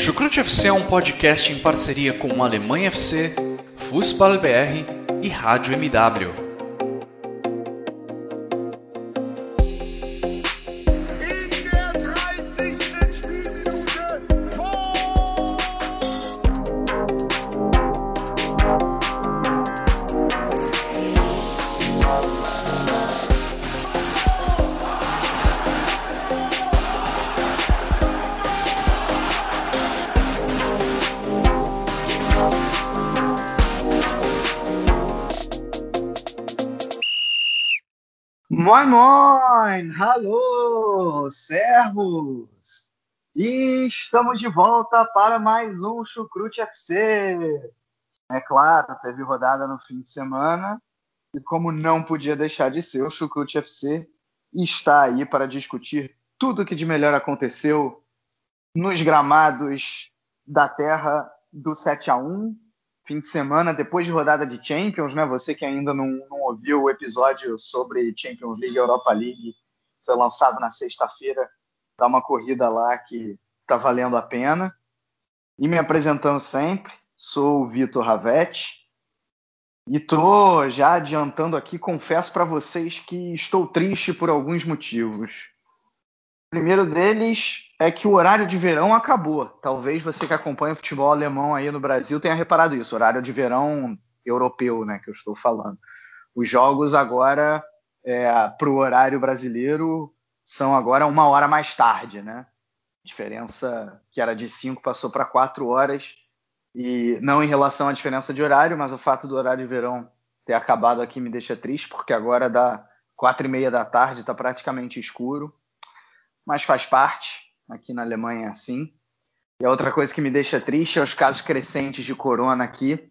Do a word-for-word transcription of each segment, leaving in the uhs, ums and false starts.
Chucrute F C é um podcast em parceria com Alemanha F C, Fußball B R e Rádio M W. Moin Moin, hallo, servus, e estamos de volta para mais um Chucrute F C. É claro, teve rodada no fim de semana e como não podia deixar de ser, o Chucrute F C está aí para discutir tudo o que de melhor aconteceu nos gramados da terra do sete a um, fim de semana, depois de rodada de Champions, né? Você que ainda não, não ouviu o episódio sobre Champions League e Europa League, foi lançado na sexta-feira, dá uma corrida lá que tá valendo a pena. E me apresentando sempre, sou o Vitor Ravetti, e tô já adiantando aqui, confesso para vocês que estou triste por alguns motivos. O primeiro deles é que o horário de verão acabou. Talvez você que acompanha o futebol alemão aí no Brasil tenha reparado isso. Horário de verão europeu, né, que eu estou falando. Os jogos agora, é, para o horário brasileiro, são agora uma hora mais tarde, né? A diferença que era de cinco passou para quatro horas. E não em relação à diferença de horário, mas o fato do horário de verão ter acabado aqui me deixa triste, porque agora dá quatro e meia da tarde, está praticamente escuro. Mas faz parte, aqui na Alemanha é assim. E a outra coisa que me deixa triste é os casos crescentes de corona aqui.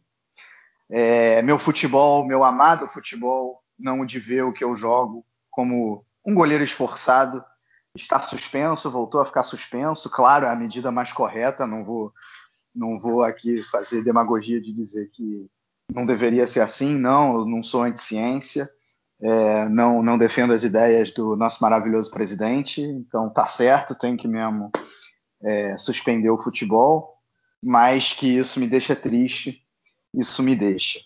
É, meu futebol, meu amado futebol, não o de ver o que eu jogo, como um goleiro esforçado, está suspenso, voltou a ficar suspenso. Claro, é a medida mais correta, não vou, não vou aqui fazer demagogia de dizer que não deveria ser assim, não, eu não sou anti-ciência. É, não, não defendo as ideias do nosso maravilhoso presidente, então tá certo, tem que mesmo é, suspender o futebol, mas que isso me deixa triste, isso me deixa.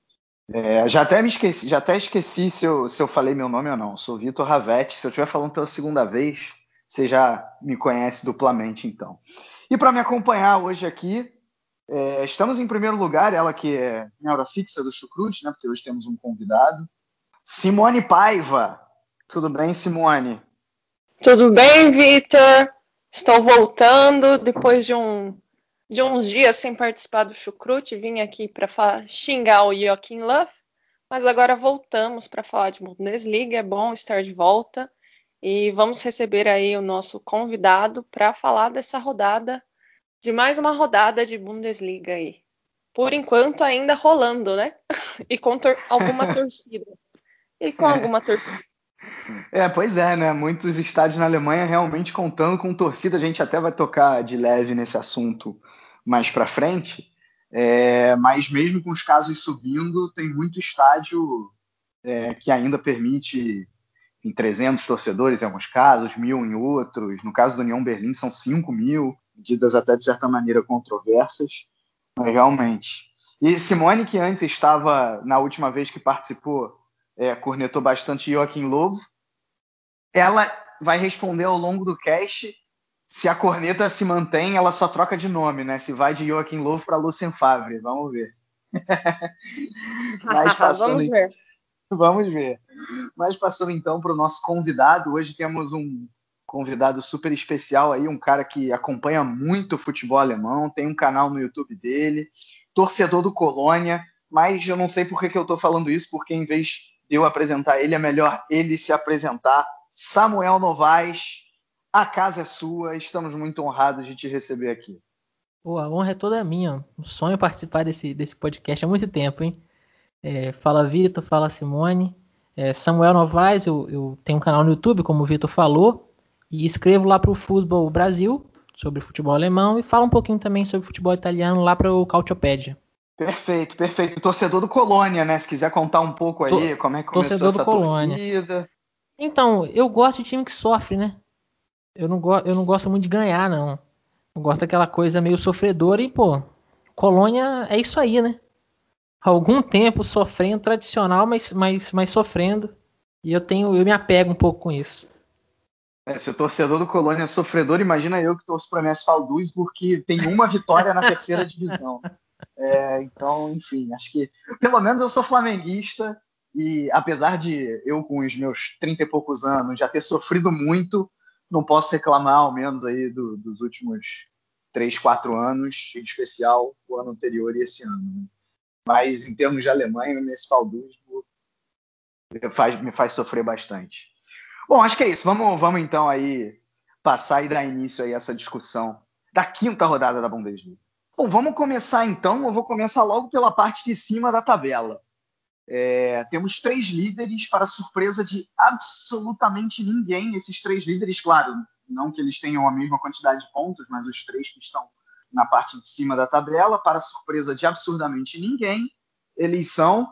É, já até me esqueci, já até esqueci se eu, se eu falei meu nome ou não. Sou Vitor Ravetti. Se eu estiver falando pela segunda vez, você já me conhece duplamente, então. E para me acompanhar hoje aqui, é, estamos em primeiro lugar, ela que é minha hora fixa do Chucrute, né? Porque hoje temos um convidado. Simone Paiva. Tudo bem, Simone? Tudo bem, Vitor? Estou voltando depois de, um, de uns dias sem participar do Chucrute. Vim aqui para xingar o Joachim Löw, mas agora voltamos para falar de Bundesliga. É bom estar de volta e vamos receber aí o nosso convidado para falar dessa rodada, de mais uma rodada de Bundesliga aí. Por enquanto ainda rolando, né? E com tor- alguma torcida. E com alguma torcida. É, pois é, né? Muitos estádios na Alemanha realmente contando com torcida. A gente até vai tocar de leve nesse assunto mais para frente. É, mas mesmo com os casos subindo, tem muito estádio é, que ainda permite em trezentos torcedores em alguns casos, mil em outros. No caso do União Berlim são cinco mil, medidas até de certa maneira controversas, mas realmente. E Simone, que antes estava, na última vez que participou, é, cornetou bastante Joachim Löw, ela vai responder ao longo do cast se a corneta se mantém, ela só troca de nome, né? Se vai de Joachim Löw para Lucien Favre, vamos ver. Mas passando, Vamos ver. Vamos ver. Mas passando então para o nosso convidado, hoje temos um convidado super especial aí, um cara que acompanha muito o futebol alemão, tem um canal no YouTube dele, torcedor do Colônia, mas eu não sei por que, que eu estou falando isso, porque em vez de eu apresentar ele, é melhor ele se apresentar. Samuel Novaes, a casa é sua, estamos muito honrados de te receber aqui. Pô, a honra é toda minha. Um sonho participar desse, desse podcast há muito tempo, hein? É, fala Vitor, fala Simone. É, Samuel Novaes, eu, eu tenho um canal no YouTube, como o Vitor falou, e escrevo lá para o Futebol Brasil, sobre futebol alemão, e falo um pouquinho também sobre futebol italiano lá para o Cautiopédia. Perfeito, perfeito. Torcedor do Colônia, né? Se quiser contar um pouco aí, Tô, como é que começou torcedor do essa Colônia. torcida. Então, eu gosto de time que sofre, né? Eu não, go- eu não gosto muito de ganhar, não. Eu gosto daquela coisa meio sofredora e, pô, Colônia é isso aí, né? Há algum tempo sofrendo, tradicional, mas, mas, mas sofrendo. E eu tenho, eu me apego um pouco com isso. É, se o torcedor do Colônia é sofredor, imagina eu que torço para o M S Duisburg, porque tem uma vitória na terceira divisão. É, então, enfim, acho que pelo menos eu sou flamenguista e apesar de eu com os meus trinta e poucos anos já ter sofrido muito, não posso reclamar ao menos aí do, dos últimos três, quatro anos, em especial o ano anterior e esse ano. Né? Mas em termos de Alemanha, o M S Duisburg me faz, me faz sofrer bastante. Bom, acho que é isso. Vamos, vamos então aí passar e dar início aí a essa discussão da quinta rodada da Bundesliga. Bom, vamos começar então. Eu vou começar logo pela parte de cima da tabela. É, temos três líderes para surpresa de absolutamente ninguém. Esses três líderes, claro, não que eles tenham a mesma quantidade de pontos, mas os três que estão na parte de cima da tabela, para surpresa de absurdamente ninguém, eles são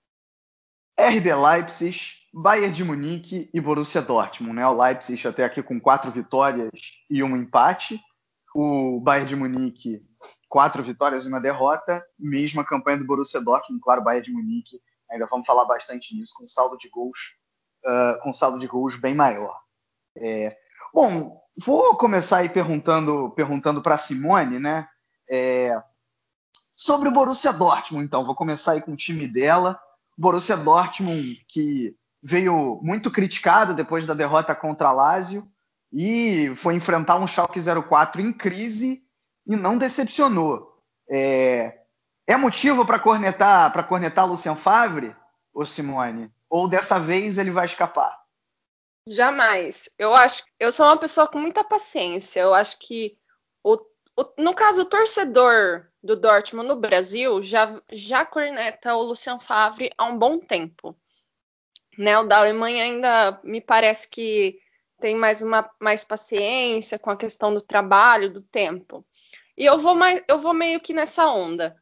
R B Leipzig, Bayern de Munique e Borussia Dortmund. Né? O Leipzig até aqui com quatro vitórias e um empate. O Bayern de Munique, quatro vitórias e uma derrota. Mesma campanha do Borussia Dortmund. Claro, o Bayern de Munique, ainda vamos falar bastante nisso, com saldo de gols, uh, com saldo de gols bem maior. É... Bom, vou começar aí perguntando, perguntando para a Simone, né? É... Sobre o Borussia Dortmund, então. Vou começar aí com o time dela. Borussia Dortmund, que veio muito criticado depois da derrota contra a Lazio e foi enfrentar um Schalke zero quatro em crise e não decepcionou. É, é motivo para cornetar, para cornetar Lucien Favre, ô Simone? Ou dessa vez ele vai escapar? Jamais. Eu acho, eu sou uma pessoa com muita paciência. Eu acho que o, o, no caso o torcedor do Dortmund no Brasil já já corneta o Lucien Favre há um bom tempo. Né, o da Alemanha ainda me parece que tem mais uma mais paciência com a questão do trabalho, do tempo. E eu vou mais, eu vou meio que nessa onda.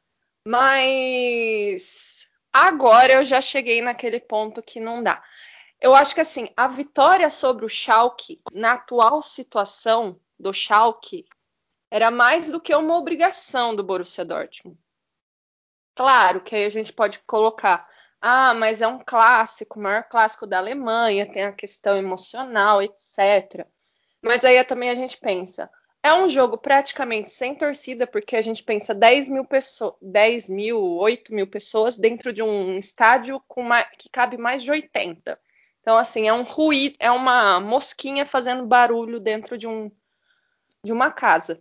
Mas agora eu já cheguei naquele ponto que não dá. Eu acho que assim, a vitória sobre o Schalke, na atual situação do Schalke, era mais do que uma obrigação do Borussia Dortmund. Claro que aí a gente pode colocar, ah, mas é um clássico, o maior clássico da Alemanha, tem a questão emocional, etcétera. Mas aí também a gente pensa, é um jogo praticamente sem torcida, porque a gente pensa dez mil pessoas, dez mil, oito mil pessoas dentro de um estádio com uma, que cabe mais de oitenta. Então, assim, é um ruído, é uma mosquinha fazendo barulho dentro de, um, de uma casa.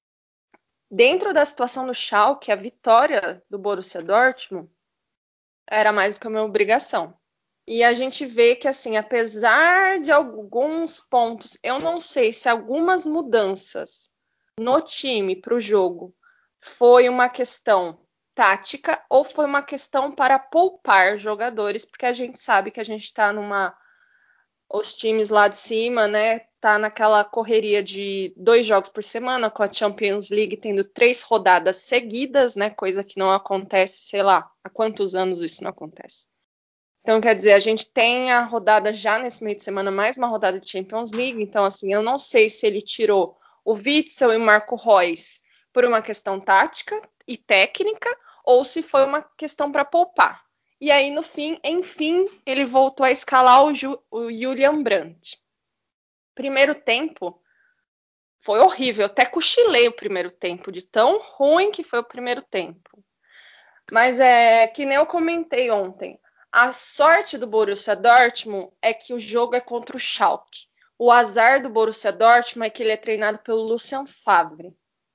Dentro da situação do Schalke, a vitória do Borussia Dortmund era mais do que uma obrigação. E a gente vê que, assim, apesar de alguns pontos, eu não sei se algumas mudanças no time para o jogo foi uma questão tática ou foi uma questão para poupar jogadores, porque a gente sabe que a gente está numa... Os times lá de cima, né, tá naquela correria de dois jogos por semana, com a Champions League tendo três rodadas seguidas, né, coisa que não acontece, sei lá, há quantos anos isso não acontece. Então, quer dizer, a gente tem a rodada já nesse meio de semana, mais uma rodada de Champions League. Então, assim, eu não sei se ele tirou o Witsel e o Marco Reus por uma questão tática e técnica ou se foi uma questão para poupar. E aí, no fim, enfim, ele voltou a escalar o, Ju, o Julian Brandt. Primeiro tempo foi horrível. Eu até cochilei o primeiro tempo, de tão ruim que foi o primeiro tempo. Mas é que nem eu comentei ontem. A sorte do Borussia Dortmund é que o jogo é contra o Schalke. O azar do Borussia Dortmund é que ele é treinado pelo Lucien Favre.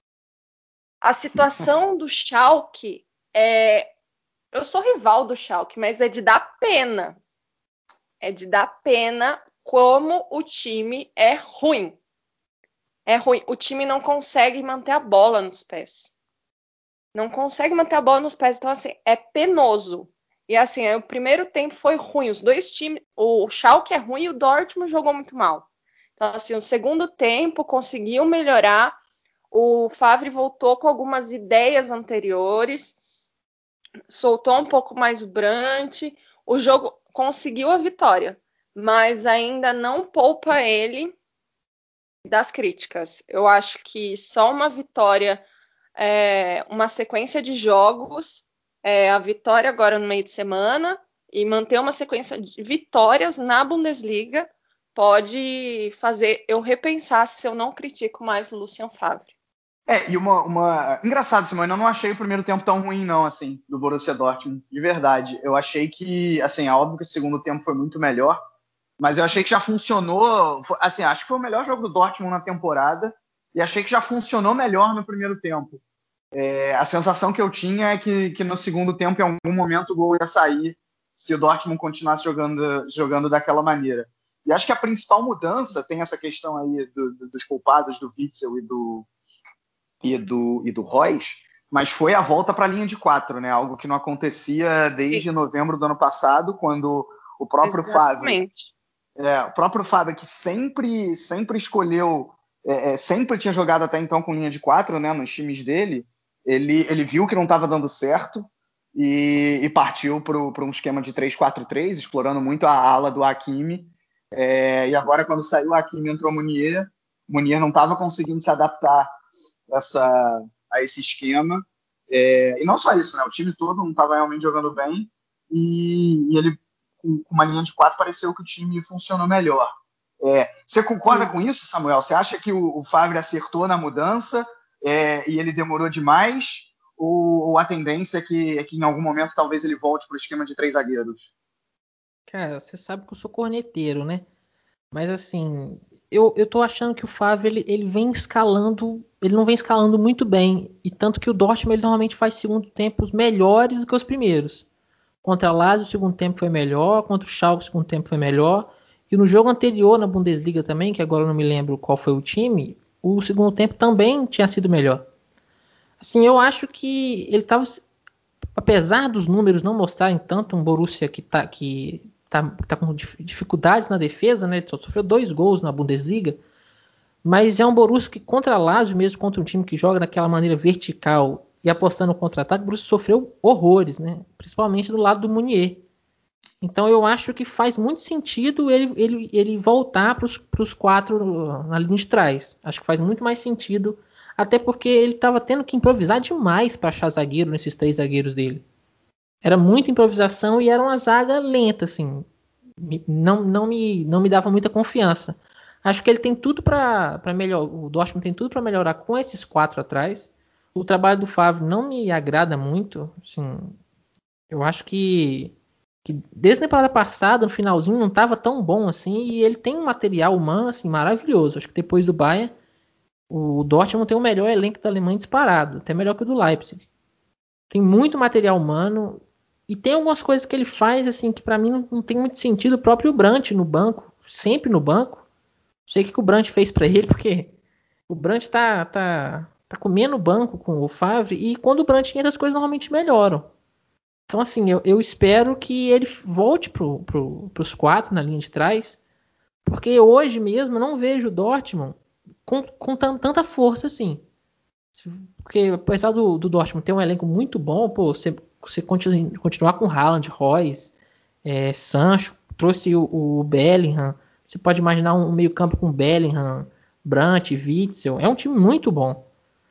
A situação do Schalke é... Eu sou rival do Schalke, mas é de dar pena. É de dar pena como o time é ruim. É ruim. O time não consegue manter a bola nos pés. Não consegue manter a bola nos pés. Então, assim, é penoso. E assim, o primeiro tempo foi ruim. Os dois times, o Schalke é ruim e o Dortmund jogou muito mal. Então, assim, o segundo tempo conseguiu melhorar. O Favre voltou com algumas ideias anteriores, soltou um pouco mais o Brandt. O jogo conseguiu a vitória, mas ainda não poupa ele das críticas. Eu acho que só uma vitória, é, uma sequência de jogos, é, a vitória agora no meio de semana e manter uma sequência de vitórias na Bundesliga pode fazer eu repensar se eu não critico mais o Lucien Favre. É, e uma, uma... Engraçado, Simone, eu não achei o primeiro tempo tão ruim, não, assim, do Borussia Dortmund, de verdade. Eu achei que, assim, é óbvio que o segundo tempo foi muito melhor, mas eu achei que já funcionou, assim, acho que foi o melhor jogo do Dortmund na temporada, e achei que já funcionou melhor no primeiro tempo. É, a sensação que eu tinha é que, que no segundo tempo, em algum momento, o gol ia sair se o Dortmund continuasse jogando, jogando daquela maneira. E acho que a principal mudança, tem essa questão aí do, do, dos culpados, do Witzel e do, e do, e do Royce, mas foi a volta para a linha de quatro, né? Algo que não acontecia desde Sim. novembro do ano passado, quando o próprio Favre, é, o próprio Favre que sempre, sempre escolheu, é, é, sempre tinha jogado até então com linha de quatro, né? Nos times dele, ele, ele viu que não estava dando certo e, e partiu para um esquema de três quatro três, explorando muito a ala do Hakimi. É, e agora, quando saiu o Hakimi, entrou o Munier. O Munier não estava conseguindo se adaptar essa, a esse esquema. É, e não só isso, né? O time todo não estava realmente jogando bem e, e ele, com uma linha de quatro, pareceu que o time funcionou melhor. É, você concorda com isso, Samuel? Você acha que o, o Favre acertou na mudança é, e ele demorou demais? Ou, ou a tendência é que, é que em algum momento talvez ele volte para o esquema de três zagueiros? Cara, você sabe que eu sou corneteiro, né? Mas assim, eu, eu tô achando que o Favre ele, ele vem escalando, ele não vem escalando muito bem. E tanto que o Dortmund ele normalmente faz segundo tempos melhores do que os primeiros. Contra a Lazio o segundo tempo foi melhor, contra o Schalke o segundo tempo foi melhor. E no jogo anterior na Bundesliga também, que agora eu não me lembro qual foi o time, o segundo tempo também tinha sido melhor. Assim, eu acho que ele estava, apesar dos números não mostrarem tanto um Borussia que está que tá, tá com dificuldades na defesa, né? Ele só sofreu dois gols na Bundesliga, mas é um Borussia que contra a Lazio, mesmo contra um time que joga daquela maneira vertical e apostando no contra-ataque, o Borussia sofreu horrores, né? Principalmente do lado do Munier. Então eu acho que faz muito sentido ele, ele, ele voltar para os quatro na linha de trás. Acho que faz muito mais sentido, até porque ele estava tendo que improvisar demais para achar zagueiro nesses três zagueiros dele. Era muita improvisação e era uma zaga lenta, assim. Não, não, me, não me dava muita confiança. Acho que ele tem tudo para melhorar. O Dortmund tem tudo para melhorar com esses quatro atrás. O trabalho do Favre não me agrada muito. Assim, eu acho que, que desde a temporada passada, no finalzinho, não estava tão bom assim. E ele tem um material humano assim, maravilhoso. Acho que depois do Bayern, o Dortmund tem o melhor elenco da Alemanha disparado. Até melhor que o do Leipzig. Tem muito material humano. E tem algumas coisas que ele faz assim que para mim não, não tem muito sentido. O próprio Brandt no banco, sempre no banco. Não sei o que, que o Brandt fez para ele, porque o Brandt tá, tá, tá comendo o banco com o Favre. E quando o Brandt entra, as coisas normalmente melhoram. Então, assim, eu, eu espero que ele volte pro, pro, pros quatro na linha de trás. Porque hoje mesmo eu não vejo o Dortmund com, com tanta força assim. Porque apesar do, do Dortmund ter um elenco muito bom, pô, você, você continua, continuar com Haaland, Royce, é, Sancho, trouxe o, o Bellingham. Você pode imaginar um meio campo com Bellingham, Brandt, Witzel. É um time muito bom.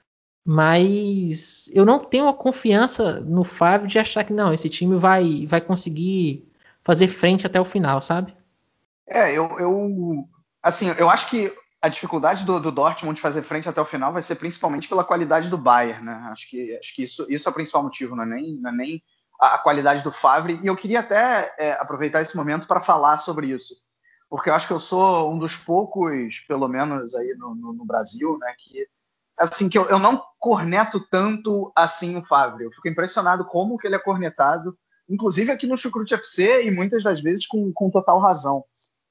Mas eu não tenho a confiança no Favre de achar que não, esse time vai, vai conseguir fazer frente até o final, sabe? É, eu, eu assim, eu acho que a dificuldade do, do Dortmund de fazer frente até o final vai ser principalmente pela qualidade do Bayern, né? Acho que, acho que isso, isso é o principal motivo, não é nem, não é nem a, a qualidade do Favre. E eu queria até é, aproveitar esse momento para falar sobre isso, porque eu acho que eu sou um dos poucos, pelo menos aí no, no, no Brasil, né, que assim que eu, eu não corneto tanto assim o Favre. Eu fico impressionado como que ele é cornetado, inclusive aqui no Chucrute F C e muitas das vezes com, com total razão.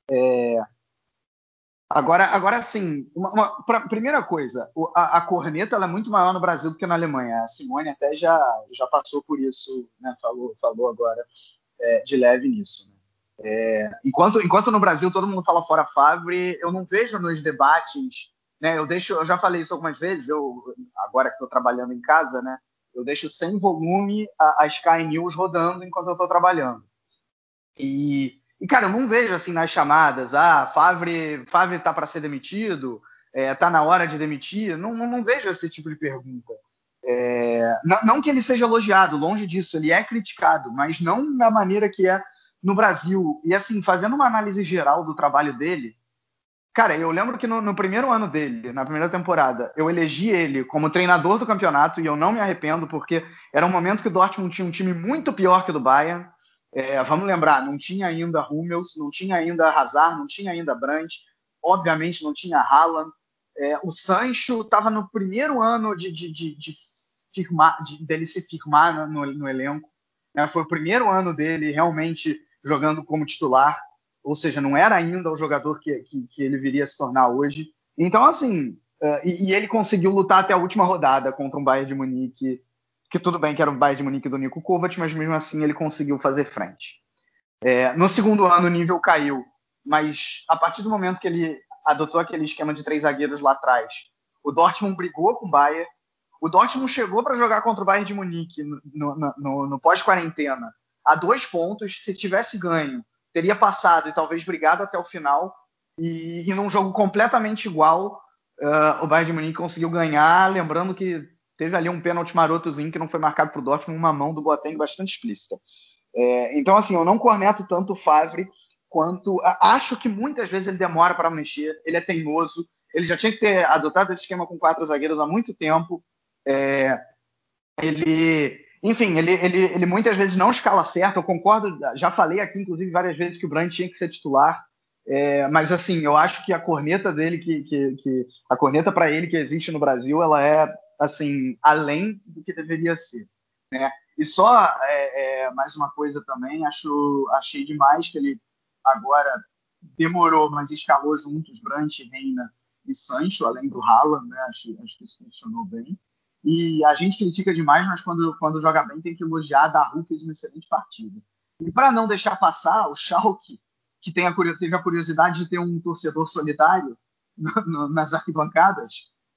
Agora, agora assim, uma, uma, pra, primeira coisa, a, a corneta ela é muito maior no Brasil do que na Alemanha. A Simone até já, já passou por isso, né? falou, falou agora é, de leve nisso. Né? É, enquanto, enquanto no Brasil todo mundo fala fora Favre, eu não vejo nos debates, né? Eu deixo, eu já falei isso algumas vezes, eu, agora que estou trabalhando em casa, né? Eu deixo sem volume a, a Sky News rodando enquanto eu estou trabalhando. E, e, cara, eu não vejo assim nas chamadas, ah, Favre, Favre tá para ser demitido, É, tá na hora de demitir? Não, não, não vejo esse tipo de pergunta. É, não, não que ele seja elogiado, longe disso, ele é criticado, mas não da maneira que é no Brasil. E assim, fazendo uma análise geral do trabalho dele, cara, eu lembro que no, no primeiro ano dele, na primeira temporada, eu elegi ele como treinador do campeonato e eu não me arrependo, porque era um momento que o Dortmund tinha um time muito pior que o do Bayern. É, vamos lembrar, não tinha ainda Hummels, não tinha ainda Hazard, não tinha ainda Brandt, obviamente não tinha Haaland. É, o Sancho estava no primeiro ano de, de, de, de, firmar, de dele se firmar no, no elenco. Né? Foi o primeiro ano dele realmente jogando como titular, ou seja, não era ainda o jogador que, que, que ele viria a se tornar hoje. Então, assim, uh, e, e ele conseguiu lutar até a última rodada contra um Bayern de Munique, que tudo bem que era o Bayern de Munique do Niko Kovac, mas mesmo assim ele conseguiu fazer frente. É, no segundo ano o nível caiu, mas a partir do momento que ele adotou aquele esquema de três zagueiros lá atrás, o Dortmund brigou com o Bayern, o Dortmund chegou para jogar contra o Bayern de Munique no, no, no, no pós-quarentena a dois pontos, se tivesse ganho, teria passado e talvez brigado até o final, e, e num jogo completamente igual, uh, o Bayern de Munique conseguiu ganhar, lembrando que teve ali um pênalti marotozinho que não foi marcado para o Dortmund, uma mão do Boateng bastante explícita. É, então, assim, eu não corneto tanto o Favre quanto... Acho que muitas vezes ele demora para mexer, ele é teimoso, ele já tinha que ter adotado esse esquema com quatro zagueiros há muito tempo. É, ele... Enfim, ele, ele, ele muitas vezes não escala certo, eu concordo, já falei aqui, inclusive, várias vezes que o Brandt tinha que ser titular, é, mas, assim, eu acho que a corneta dele, que, que, que a corneta para ele que existe no Brasil, ela é, assim, além do que deveria ser, né? E só é, é, mais uma coisa também, acho, achei demais que ele agora demorou, mas escalou juntos Brandt, Reina e Sancho, além do Haaland, né? Acho, acho que isso funcionou bem. E a gente critica demais, mas quando, quando joga bem tem que elogiar. Daru fez uma excelente partida. E para não deixar passar, o Schalke, que tem a, teve a curiosidade de ter um torcedor solitário no, no, nas arquibancadas,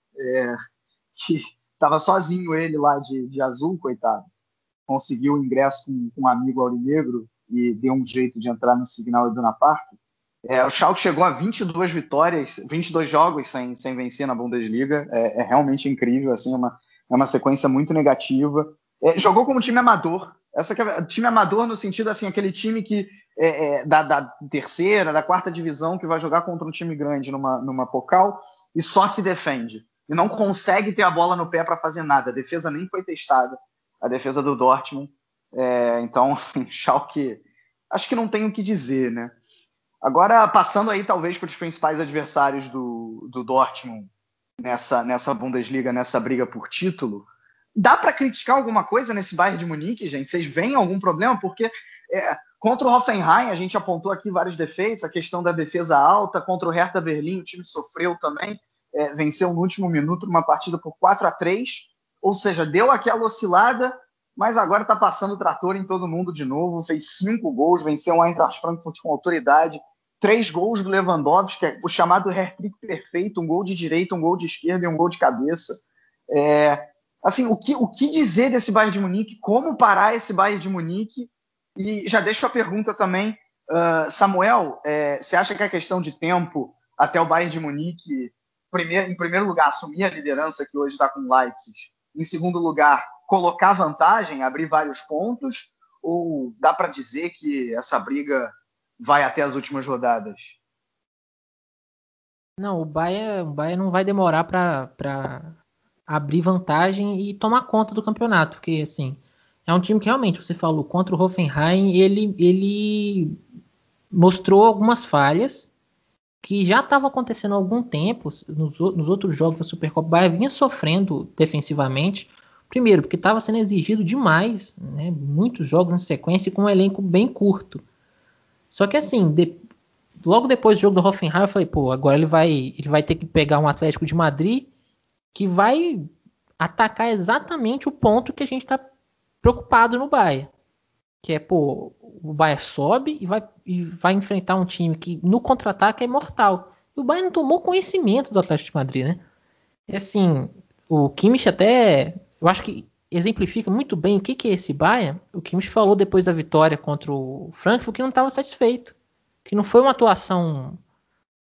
é, que estava sozinho ele lá de, de azul, coitado, conseguiu o ingresso com, com um amigo aurinegro e deu um jeito de entrar no Signal Iduna Park. É, o Schalke chegou a vinte e duas vitórias, vinte e dois jogos sem, sem vencer na Bundesliga. É, é realmente incrível, assim, é uma, é uma sequência muito negativa. É, jogou como time amador. Essa que é, time amador no sentido, assim, aquele time que é, é, da, da terceira, da quarta divisão, que vai jogar contra um time grande numa, numa Pokal e só se defende. E não consegue ter a bola no pé para fazer nada. A defesa nem foi testada. A defesa do Dortmund. É, então, Schalke, acho que não tem o que dizer, né? Agora, passando aí talvez para os principais adversários do, do Dortmund nessa, nessa Bundesliga, nessa briga por título, dá para criticar alguma coisa nesse Bayern de Munique, gente? Vocês veem algum problema? Porque é, contra o Hoffenheim a gente apontou aqui vários defeitos, a questão da defesa alta, contra o Hertha Berlim o time sofreu também, é, venceu no último minuto uma partida por quatro a três, ou seja, deu aquela oscilada, mas agora está passando o trator em todo mundo de novo, fez cinco gols, venceu o Eintracht Frankfurt com autoridade, três gols do Lewandowski, o chamado hat-trick perfeito, um gol de direita, um gol de esquerda e um gol de cabeça. É, assim, o que, o que dizer desse Bayern de Munique? Como parar esse Bayern de Munique? E já deixo a pergunta também, uh, Samuel, é, você acha que é questão de tempo até o Bayern de Munique, primeir, em primeiro lugar, assumir a liderança que hoje está com o Leipzig, em segundo lugar, colocar vantagem, abrir vários pontos, ou dá para dizer que essa briga vai até as últimas rodadas? Não, o Bayern, o Bayern não vai demorar para abrir vantagem e tomar conta do campeonato, porque assim, é um time que realmente, você falou, contra o Hoffenheim, ele, ele mostrou algumas falhas que já estavam acontecendo há algum tempo, nos, nos outros jogos da Supercopa, o Bayern vinha sofrendo defensivamente, primeiro, porque estava sendo exigido demais, né, muitos jogos em sequência e com um elenco bem curto. Só que assim, de, logo depois do jogo do Hoffenheim, eu falei, pô, agora ele vai, ele vai ter que pegar um Atlético de Madrid que vai atacar exatamente o ponto que a gente está preocupado no Bayern. Que é, pô, o Bayern sobe e vai, e vai enfrentar um time que no contra-ataque é mortal. E o Bayern não tomou conhecimento do Atlético de Madrid, né? E assim, o Kimmich até, eu acho que exemplifica muito bem o que, que é esse Bayern. O Kimmich falou depois da vitória contra o Frankfurt que não estava satisfeito. Que não foi uma atuação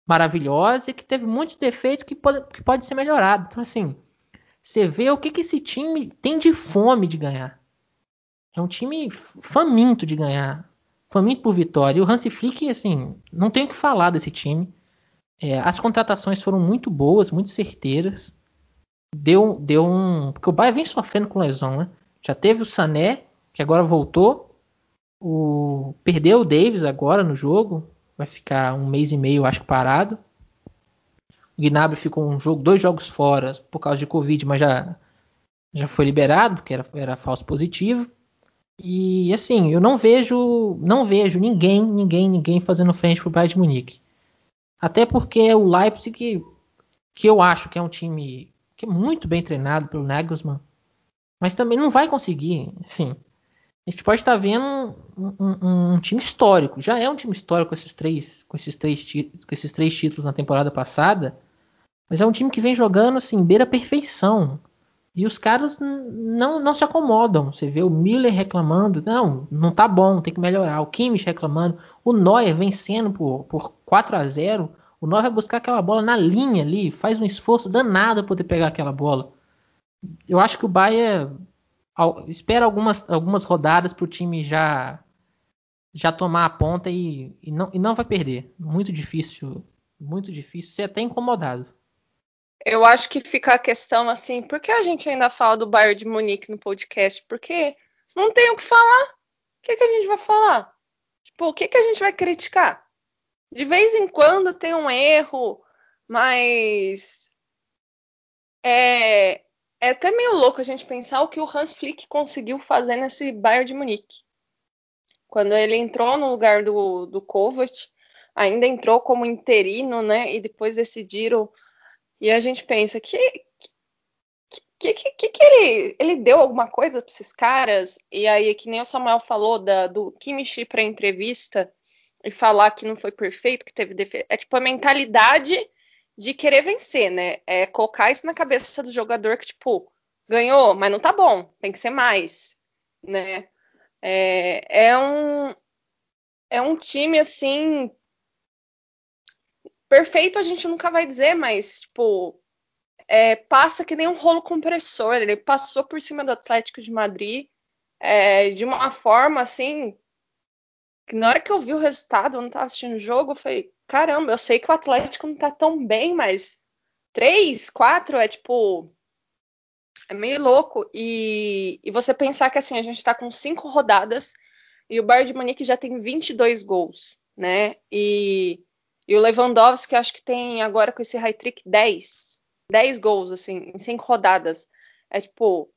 maravilhosa e que teve muitos defeitos que pode, que pode ser melhorado. Então, assim, você vê o que, que esse time tem de fome de ganhar. É um time faminto de ganhar. Faminto por vitória. E o Hansi Flick, assim, não tem o que falar desse time. É, as contratações foram muito boas, muito certeiras. Deu, deu um... Porque o Bayern vem sofrendo com lesão, né? Já teve o Sané, que agora voltou. O... Perdeu o Davis agora no jogo. Vai ficar um mês e meio, acho que, parado. O Gnabry ficou um jogo, dois jogos fora por causa de Covid, mas já, já foi liberado, porque era, era falso positivo. E assim, eu não vejo, não vejo ninguém, ninguém, ninguém fazendo frente pro Bayern de Munique. Até porque o Leipzig, que, que eu acho que é um time que é muito bem treinado pelo Nagelsmann, mas também não vai conseguir, assim. A gente pode estar vendo um, um, um time histórico. Já é um time histórico com esses três, com esses três, com esses três títulos na temporada passada. Mas é um time que vem jogando assim, beira a perfeição. E os caras não, não se acomodam. Você vê o Miller reclamando. Não, não tá bom, tem que melhorar. O Kimmich reclamando. O Neuer vencendo por, por quatro a zero. O Neuer vai buscar aquela bola na linha ali. Faz um esforço danado para poder pegar aquela bola. Eu acho que o Bayern espera algumas, algumas rodadas para o time já, já tomar a ponta e, e, não, e não vai perder. Muito difícil. Muito difícil. Ser até incomodado. Eu acho que fica a questão assim, por que a gente ainda fala do Bayern de Munique no podcast? Porque não tem o que falar. O que, que a gente vai falar? Tipo, o que, que a gente vai criticar? De vez em quando tem um erro, mas é, é até meio louco a gente pensar o que o Hans Flick conseguiu fazer nesse Bayern de Munique. Quando ele entrou no lugar do, do Kovac, ainda entrou como interino, né? E depois decidiram. E a gente pensa que que, que, que, que ele, ele deu alguma coisa para esses caras? E aí, que nem o Samuel falou da, do Kimmich para entrevista e falar que não foi perfeito, que teve defeito. É tipo a mentalidade de querer vencer, né? É colocar isso na cabeça do jogador que, tipo, ganhou, mas não tá bom, tem que ser mais, né? É, é um, é um time, assim, perfeito a gente nunca vai dizer, mas, tipo, é, passa que nem um rolo compressor. Ele passou por cima do Atlético de Madrid é, de uma forma assim que na hora que eu vi o resultado, eu não estava assistindo o jogo, eu falei, caramba, eu sei que o Atlético não tá tão bem, mas três, quatro é tipo. É meio louco. E, e você pensar que assim, a gente tá com cinco rodadas e o Bayern de Munique já tem vinte e dois gols, né? E, e o Lewandowski, acho que tem agora com esse hat-trick dez. dez gols, assim, em cinco rodadas. É tipo.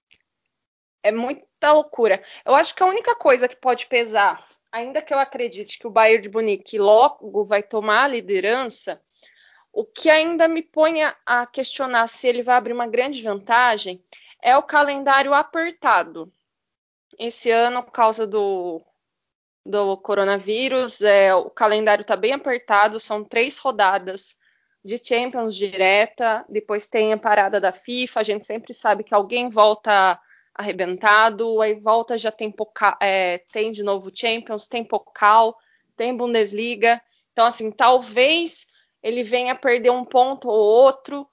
É muita loucura. Eu acho que a única coisa que pode pesar, ainda que eu acredite que o Bayern de Munique logo vai tomar a liderança, o que ainda me põe a questionar se ele vai abrir uma grande vantagem é o calendário apertado. Esse ano, por causa do, do coronavírus, é, o calendário está bem apertado, são três rodadas de Champions direta, depois tem a parada da FIFA, a gente sempre sabe que alguém volta arrebentado, aí volta, já tem, Poca, é, tem de novo Champions, tem Pokal, tem Bundesliga, então assim, talvez ele venha perder um ponto ou outro,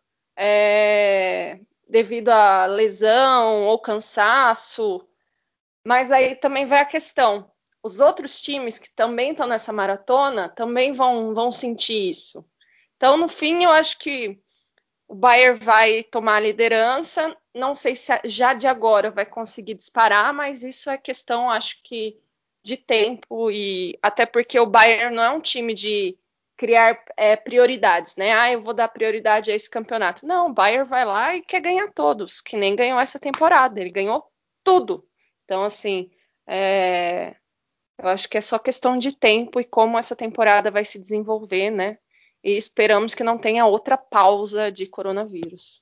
é, devido a lesão ou cansaço, mas aí também vai a questão, os outros times que também estão nessa maratona também vão, vão sentir isso. Então, no fim, eu acho que o Bayern vai tomar a liderança. Não sei se já de agora vai conseguir disparar, mas isso é questão, acho que, de tempo. E até porque o Bayern não é um time de criar é, prioridades, né? Ah, eu vou dar prioridade a esse campeonato. Não, o Bayern vai lá e quer ganhar todos, que nem ganhou essa temporada. Ele ganhou tudo. Então, assim, é... eu acho que é só questão de tempo e como essa temporada vai se desenvolver, né? E esperamos que não tenha outra pausa de coronavírus.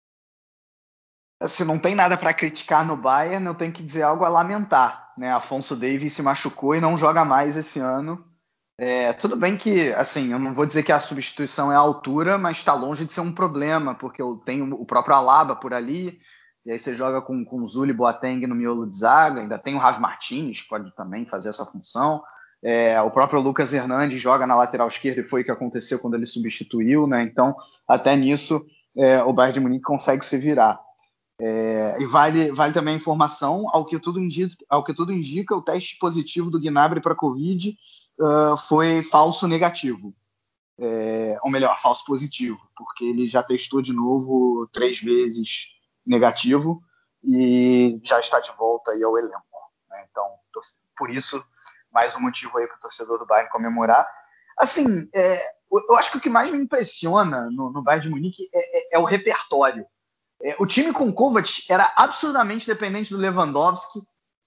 Se não tem nada para criticar no Bayern, eu tenho que dizer algo a lamentar, né? Afonso Davies se machucou e não joga mais esse ano. É, tudo bem que, assim, eu não vou dizer que a substituição é à altura, mas está longe de ser um problema, porque eu tenho o próprio Alaba por ali, e aí você joga com, com o Zuli e Boateng no miolo de zaga, ainda tem o Ravi Martínez, que pode também fazer essa função. É, o próprio Lucas Hernandes joga na lateral esquerda e foi o que aconteceu quando ele substituiu, né? Então, até nisso, é, o Bayern de Munique consegue se virar. É, e vale, vale também a informação, ao que tudo indica, ao que tudo indica o teste positivo do Gnabry para Covid uh, foi falso negativo. É, ou melhor, falso positivo, porque ele já testou de novo três vezes negativo e já está de volta aí ao elenco. Né? Então, por isso, mais um motivo aí para o torcedor do Bayern comemorar. Assim, é, eu acho que o que mais me impressiona no, no Bayern de Munique é, é, é o repertório. É, o time com Kovac era absurdamente dependente do Lewandowski,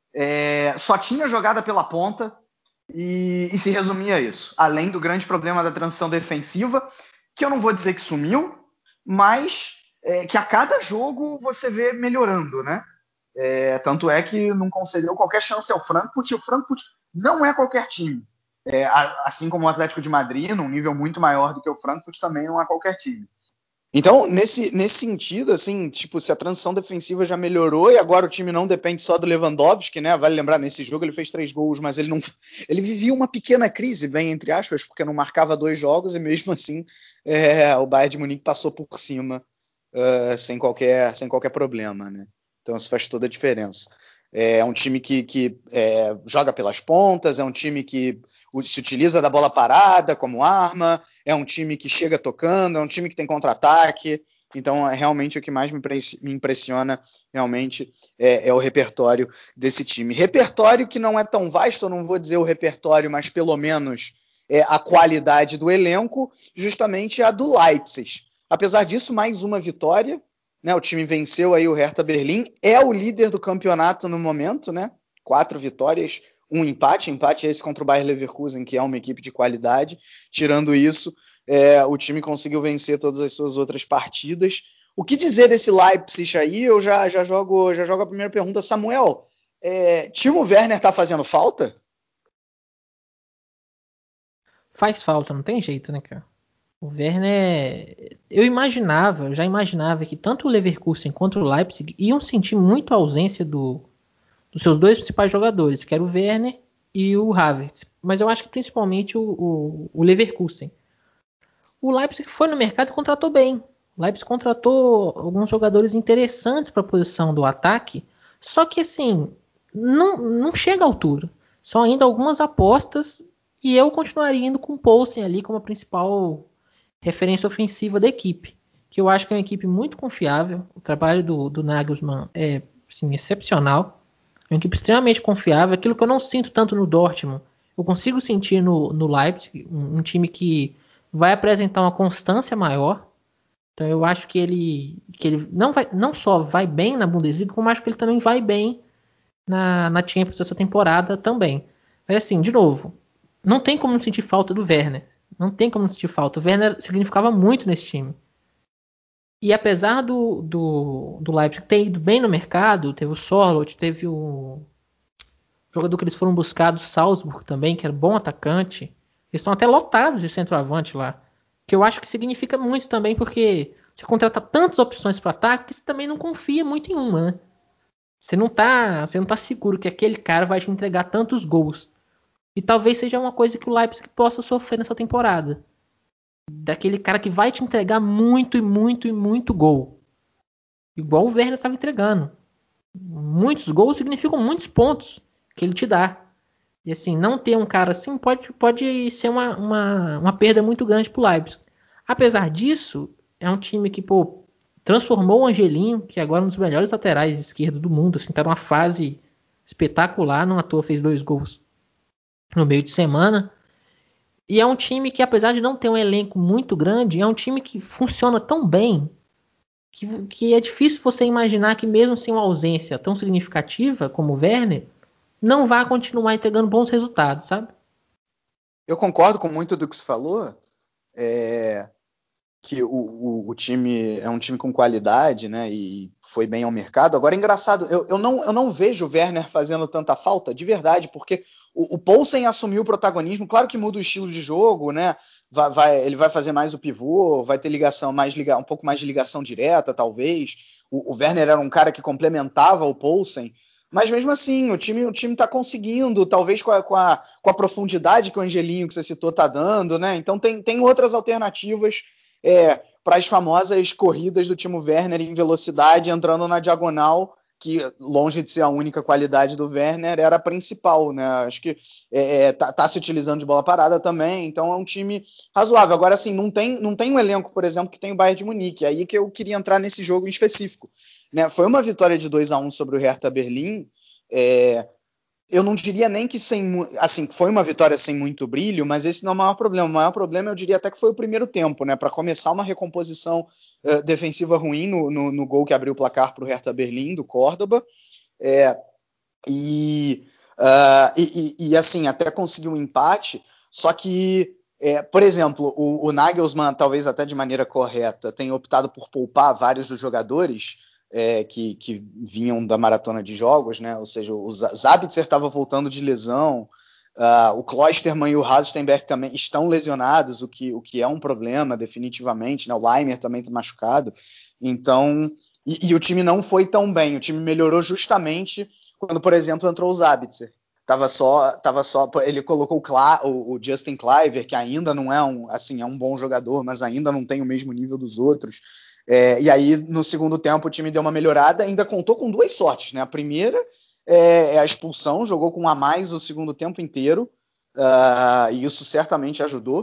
é, só tinha jogada pela ponta e, e se resumia a isso. Além do grande problema da transição defensiva, que eu não vou dizer que sumiu, mas é, que a cada jogo você vê melhorando, né? É, tanto é que não concedeu qualquer chance ao Frankfurt, e o Frankfurt não é qualquer time. É, assim como o Atlético de Madrid, num nível muito maior do que o Frankfurt, também não é qualquer time. Então, nesse, nesse sentido, assim, tipo, se a transição defensiva já melhorou e agora o time não depende só do Lewandowski, né? Vale lembrar, nesse jogo ele fez três gols, mas ele não, ele vivia uma pequena crise, bem entre aspas, porque não marcava dois jogos e mesmo assim é, o Bayern de Munique passou por cima uh, sem, qualquer, sem qualquer problema, né? Então isso faz toda a diferença. É um time que, que é, joga pelas pontas, é um time que se utiliza da bola parada como arma, é um time que chega tocando, é um time que tem contra-ataque. Então, é realmente o que mais me impressiona realmente é, é o repertório desse time. Repertório que não é tão vasto, eu não vou dizer o repertório, mas pelo menos é, a qualidade do elenco, justamente a do Leipzig. Apesar disso, mais uma vitória. Né, o time venceu aí o Hertha Berlim, é o líder do campeonato no momento, né? Quatro vitórias, um empate, empate esse contra o Bayer Leverkusen, que é uma equipe de qualidade. Tirando isso, é, o time conseguiu vencer todas as suas outras partidas. O que dizer desse Leipzig aí? Eu já, já, jogo, já jogo a primeira pergunta. Samuel, é, Timo Werner tá fazendo falta? Faz falta, não tem jeito, né, cara? O Werner, eu imaginava, eu já imaginava que tanto o Leverkusen quanto o Leipzig iam sentir muito a ausência do, dos seus dois principais jogadores, que era o Werner e o Havertz. Mas eu acho que principalmente o, o, o Leverkusen. O Leipzig foi no mercado e contratou bem. O Leipzig contratou alguns jogadores interessantes para a posição do ataque, só que assim, não, não chega à altura. São ainda algumas apostas e eu continuaria indo com o Poulsen ali como a principal referência ofensiva da equipe, que eu acho que é uma equipe muito confiável. O trabalho do, do Nagelsmann é assim, excepcional. É uma equipe extremamente confiável. Aquilo que eu não sinto tanto no Dortmund, eu consigo sentir no, no Leipzig, um, um time que vai apresentar uma constância maior. Então eu acho que ele, que ele não, vai, não só vai bem na Bundesliga, como acho que ele também vai bem na, na Champions essa temporada também. Mas assim, de novo, não tem como não sentir falta do Werner. Não tem como sentir falta. O Werner significava muito nesse time. E apesar do, do, do Leipzig ter ido bem no mercado, teve o Sorloth, teve o jogador que eles foram buscar do Salzburg também, que era bom atacante. Eles estão até lotados de centroavante lá. Que eu acho que significa muito também, porque você contrata tantas opções para ataque que você também não confia muito em uma, né? Você não tá, você não tá seguro que aquele cara vai te entregar tantos gols. E talvez seja uma coisa que o Leipzig possa sofrer nessa temporada. Daquele cara que vai te entregar muito e muito e muito gol. Igual o Werner estava entregando. Muitos gols significam muitos pontos que ele te dá. E assim, não ter um cara assim pode, pode ser uma, uma, uma perda muito grande pro Leipzig. Apesar disso, é um time que, pô, transformou o Angelinho, que agora é um dos melhores laterais esquerdos do mundo. Assim, tá numa fase espetacular, não à toa fez dois gols no meio de semana. E é um time que, apesar de não ter um elenco muito grande, é um time que funciona tão bem que, que é difícil você imaginar que mesmo sem uma ausência tão significativa como o Werner, não vai continuar entregando bons resultados, sabe? Eu concordo com muito do que você falou, é, que o, o, o time é um time com qualidade, né, e foi bem ao mercado. Agora, é engraçado, eu, eu, não, eu não vejo o Werner fazendo tanta falta, de verdade, porque o, o Poulsen assumiu o protagonismo, claro que muda o estilo de jogo, né, vai, vai, ele vai fazer mais o pivô, vai ter ligação, mais liga, um pouco mais de ligação direta, talvez. O, o Werner era um cara que complementava o Poulsen, mas mesmo assim, o time o time está conseguindo, talvez com a, com, a, com a profundidade que o Angelinho, que você citou, está dando, né? Então tem, tem outras alternativas é, para as famosas corridas do Timo Werner em velocidade, entrando na diagonal, que longe de ser a única qualidade do Werner, era a principal, né? Acho que é, é, tá, tá se utilizando de bola parada também, então é um time razoável. Agora, assim, não tem, não tem um elenco, por exemplo, que tem o Bayern de Munique, aí que eu queria entrar nesse jogo em específico. Né? Foi uma vitória de dois a um sobre o Hertha Berlim, é, eu não diria nem que sem, assim, foi uma vitória sem muito brilho, mas esse não é o maior problema. O maior problema, eu diria até que foi o primeiro tempo, né? Para começar uma recomposição uh, defensiva ruim no, no, no gol que abriu o placar para o Hertha Berlim, do Córdoba. É, e, uh, e, e, e, assim, até conseguiu um empate, só que, é, por exemplo, o, o Nagelsmann, talvez até de maneira correta, tem optado por poupar vários dos jogadores. É, que, que vinham da maratona de jogos, né? Ou seja, o Sabitzer estava voltando de lesão, uh, o Klostermann e o Halstenberg também estão lesionados, o que, o que é um problema definitivamente, né? O Leimer também está machucado, então, e, e o time não foi tão bem, o time melhorou justamente quando, por exemplo, entrou o Sabitzer. Tava só, tava só, ele colocou o, Cla, o, o Justin Kluivert, que ainda não é um, assim, é um bom jogador, mas ainda não tem o mesmo nível dos outros. É, e aí, no segundo tempo, o time deu uma melhorada, ainda contou com duas sortes, né? A primeira é, é a expulsão, jogou com um a mais o segundo tempo inteiro, uh, e isso certamente ajudou.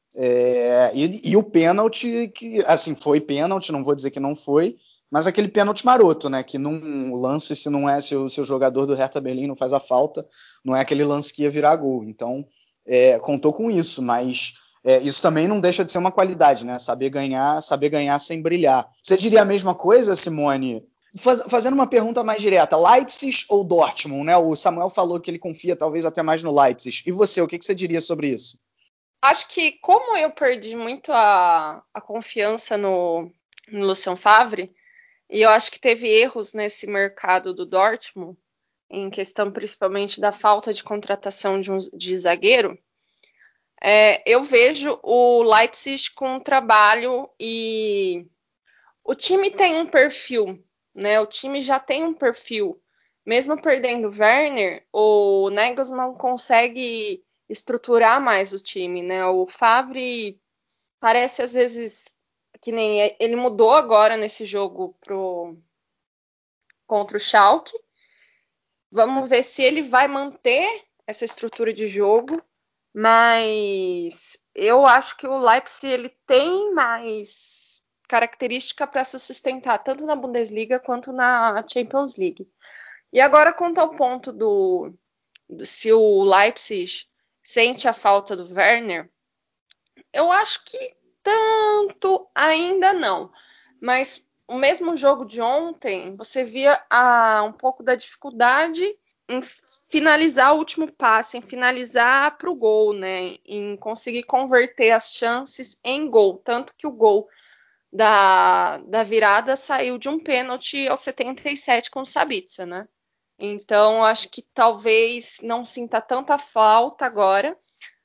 É, e, e o pênalti, que assim, foi pênalti, não vou dizer que não foi, mas aquele pênalti maroto, né? Que num lance, se não é, se o, se o jogador do Hertha Berlim não faz a falta, não é aquele lance que ia virar gol. Então, é, contou com isso, mas é, isso também não deixa de ser uma qualidade, né? Saber ganhar, saber ganhar sem brilhar. Você diria a mesma coisa, Simone? Faz, fazendo uma pergunta mais direta, Leipzig ou Dortmund, né? O Samuel falou que ele confia talvez até mais no Leipzig. E você, o que, que você diria sobre isso? Acho que como eu perdi muito a, a confiança no, no Lucien Favre, e eu acho que teve erros nesse mercado do Dortmund, em questão principalmente da falta de contratação de, um, de zagueiro, é, eu vejo o Leipzig com trabalho e o time tem um perfil, né? O time já tem um perfil. Mesmo perdendo o Werner, o Nagelsmann consegue estruturar mais o time, né? O Favre parece às vezes que nem ele mudou agora nesse jogo pro contra o Schalke. Vamos ver se ele vai manter essa estrutura de jogo, mas eu acho que o Leipzig ele tem mais característica para se sustentar tanto na Bundesliga quanto na Champions League. E agora quanto ao ponto do, do se o Leipzig sente a falta do Werner, eu acho que tanto ainda não, mas o mesmo jogo de ontem, você via ah, um pouco da dificuldade em finalizar o último passe, em finalizar para o gol, né? Em conseguir converter as chances em gol. Tanto que o gol da, da virada saiu de um pênalti aos setenta e sete com o Sabitzer, né? Então, acho que talvez não sinta tanta falta agora,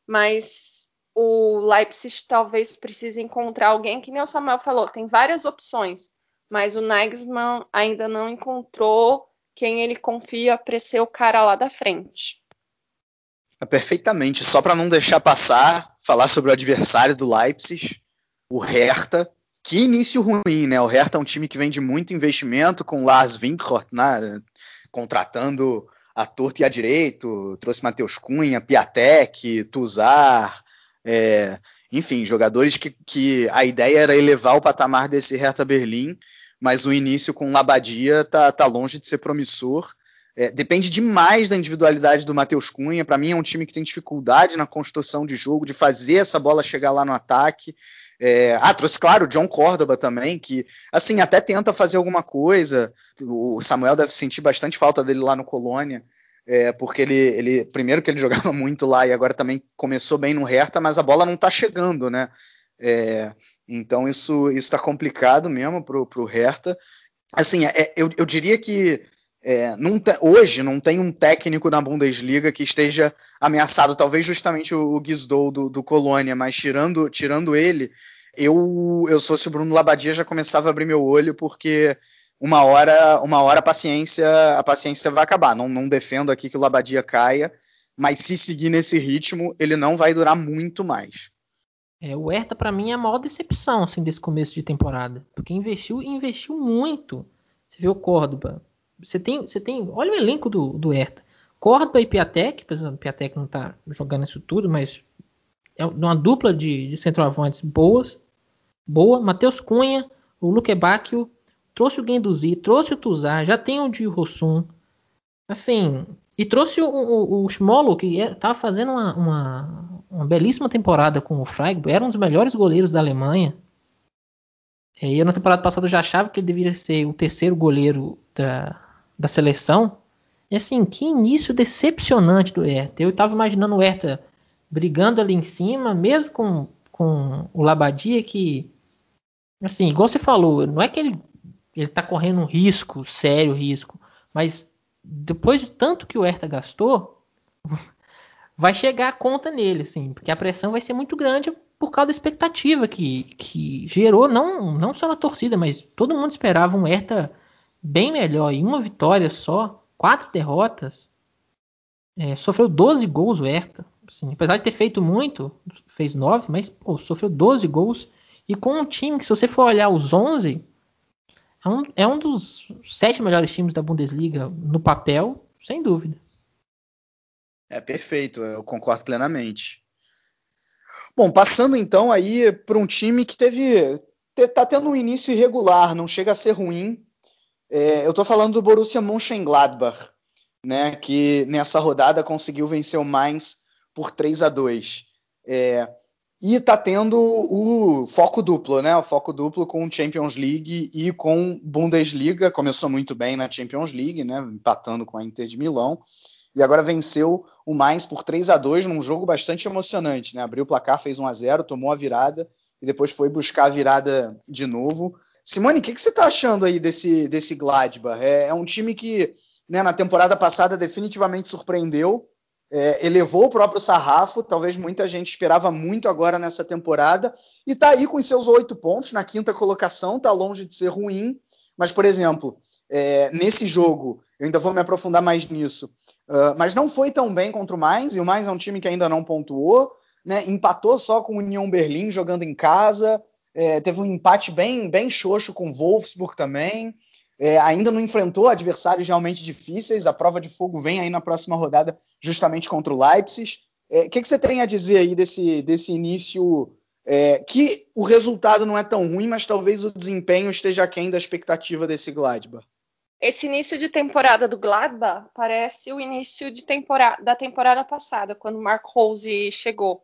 mas o Leipzig talvez precise encontrar alguém, que nem o Samuel falou, tem várias opções, mas o Nagelsmann ainda não encontrou quem ele confia para ser o cara lá da frente. É, perfeitamente. Só para não deixar passar, falar sobre o adversário do Leipzig, o Hertha. Que início ruim, né? O Hertha é um time que vem de muito investimento, com Lars Winkhorst, né? Contratando a torta e a direito, trouxe Matheus Cunha, Piatek, Tuzar, é, enfim, jogadores que, que a ideia era elevar o patamar desse Hertha Berlim, mas o início com Labadia tá, tá longe de ser promissor. É, depende demais da individualidade do Matheus Cunha. Para mim é um time que tem dificuldade na construção de jogo, de fazer essa bola chegar lá no ataque. É, ah, trouxe, claro, o John Córdoba também, que assim, até tenta fazer alguma coisa. O Samuel deve sentir bastante falta dele lá no Colônia, é, porque ele, ele, primeiro que ele jogava muito lá e agora também começou bem no Hertha, mas a bola não tá chegando, né? É, então isso está complicado mesmo pro, pro Hertha. Assim, é, eu, eu diria que é, não te, hoje não tem um técnico na Bundesliga que esteja ameaçado, talvez justamente o, o Guizdou do, do Colônia, mas tirando, tirando ele, eu, eu se fosse o Bruno Labbadia já começava a abrir meu olho, porque uma hora, uma hora a paciência, a paciência vai acabar. Não, não defendo aqui que o Labadia caia, mas se seguir nesse ritmo, ele não vai durar muito mais. É, o Hertha, para mim, é a maior decepção assim, desse começo de temporada. Porque investiu e investiu muito. Você vê o Córdoba. Você tem, você tem, olha o elenco do, do Hertha. Córdoba e Piatek, apesar do Piatek não tá jogando isso tudo, mas é uma dupla de, de centroavantes boas. Boa. Matheus Cunha, o Luque Bacchio, trouxe o Guendouzi, trouxe o Tuzar, já tem o de Rossum. Assim, e trouxe o, o, o Schmolo, que estava fazendo uma, uma, uma belíssima temporada com o Freiburg, era um dos melhores goleiros da Alemanha. E eu na temporada passada já achava que ele deveria ser o terceiro goleiro da, da seleção. E assim, que início decepcionante do Hertha. Eu estava imaginando o Hertha brigando ali em cima, mesmo com, com o Labadia, que, assim, igual você falou, não é que ele, ele tá correndo um risco, sério risco, mas depois de tanto que o Hertha gastou, vai chegar a conta nele, assim, porque a pressão vai ser muito grande por causa da expectativa que, que gerou, não, não só na torcida, mas todo mundo esperava um Hertha bem melhor. E uma vitória só, quatro derrotas, é, sofreu doze gols o Hertha. Assim, apesar de ter feito muito, fez nove, mas pô, sofreu doze gols. E com um time que, se você for olhar os onze, é um, é um dos sete melhores times da Bundesliga no papel, sem dúvida. É perfeito, eu concordo plenamente. Bom, passando então aí para um time que teve tá tendo um início irregular, não chega a ser ruim. É, eu estou falando do Borussia Mönchengladbach, né, que nessa rodada conseguiu vencer o Mainz por três a dois. É, e está tendo o foco duplo, né, o foco duplo com Champions League e com Bundesliga. Começou muito bem na Champions League, né, empatando com a Inter de Milão. E agora venceu o Mainz por três a dois num jogo bastante emocionante, né? Abriu o placar, fez um a zero, tomou a virada e depois foi buscar a virada de novo. Simone, o que, que você está achando aí desse, desse Gladbach? É, é um time que, né, na temporada passada definitivamente surpreendeu, é, elevou o próprio sarrafo, talvez muita gente esperava muito agora nessa temporada, e está aí com os seus oito pontos na quinta colocação, está longe de ser ruim, mas, por exemplo, é, nesse jogo, eu ainda vou me aprofundar mais nisso, uh, mas não foi tão bem contra o Mainz, e o Mainz é um time que ainda não pontuou, né, empatou só com o Union Berlin jogando em casa, é, teve um empate bem, bem xoxo com o Wolfsburg também, é, ainda não enfrentou adversários realmente difíceis, a prova de fogo vem aí na próxima rodada justamente contra o Leipzig. O é, que, que você tem a dizer aí desse, desse início, é, que o resultado não é tão ruim, mas talvez o desempenho esteja aquém da expectativa desse Gladbach? Esse início de temporada do Gladbach parece o início de temporada, da temporada passada, quando o Mark Rose chegou.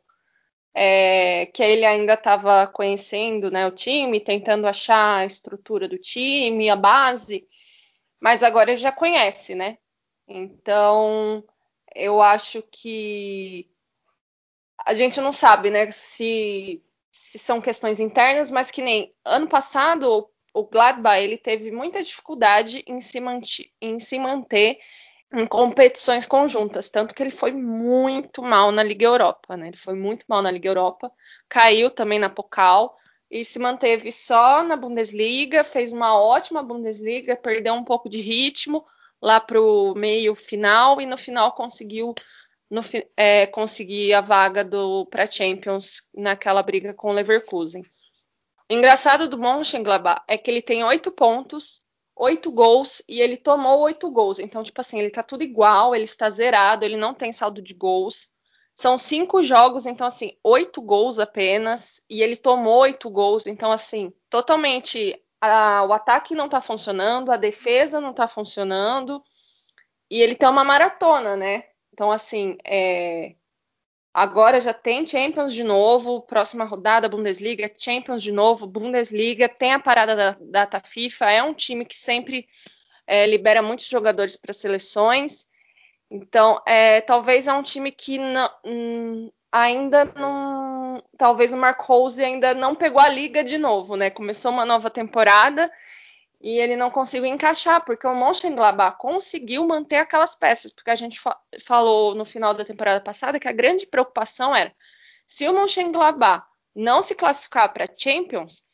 É, que ele ainda estava conhecendo, né, o time, tentando achar a estrutura do time, a base, mas agora ele já conhece, né? Então, eu acho que a gente não sabe, né, se, se são questões internas, mas que nem ano passado o Gladbach ele teve muita dificuldade em se, manter, em se manter em competições conjuntas, tanto que ele foi muito mal na Liga Europa, né? Ele foi muito mal na Liga Europa, caiu também na Pokal e se manteve só na Bundesliga, fez uma ótima Bundesliga, perdeu um pouco de ritmo lá para o meio final e no final conseguiu no, é, conseguir a vaga para Champions naquela briga com o Leverkusen. O engraçado do Mönchengladbach é que ele tem oito pontos, oito gols e ele tomou oito gols. Então, tipo assim, ele tá tudo igual, ele está zerado, ele não tem saldo de gols. São cinco jogos, então, assim, oito gols apenas. E ele tomou oito gols. Então, assim, totalmente a, o ataque não tá funcionando, a defesa não tá funcionando. E ele tem uma maratona, né? Então, assim, é... agora já tem Champions de novo, próxima rodada, Bundesliga, Champions de novo, Bundesliga, tem a parada da data FIFA, é um time que sempre é, libera muitos jogadores para seleções, então é, talvez é um time que não, hum, ainda não, talvez o Mark Rose ainda não pegou a liga de novo, né? Começou uma nova temporada e ele não conseguiu encaixar, porque o Mönchengladbach conseguiu manter aquelas peças, porque a gente fa- falou no final da temporada passada que a grande preocupação era, se o Mönchengladbach não se classificar para Champions,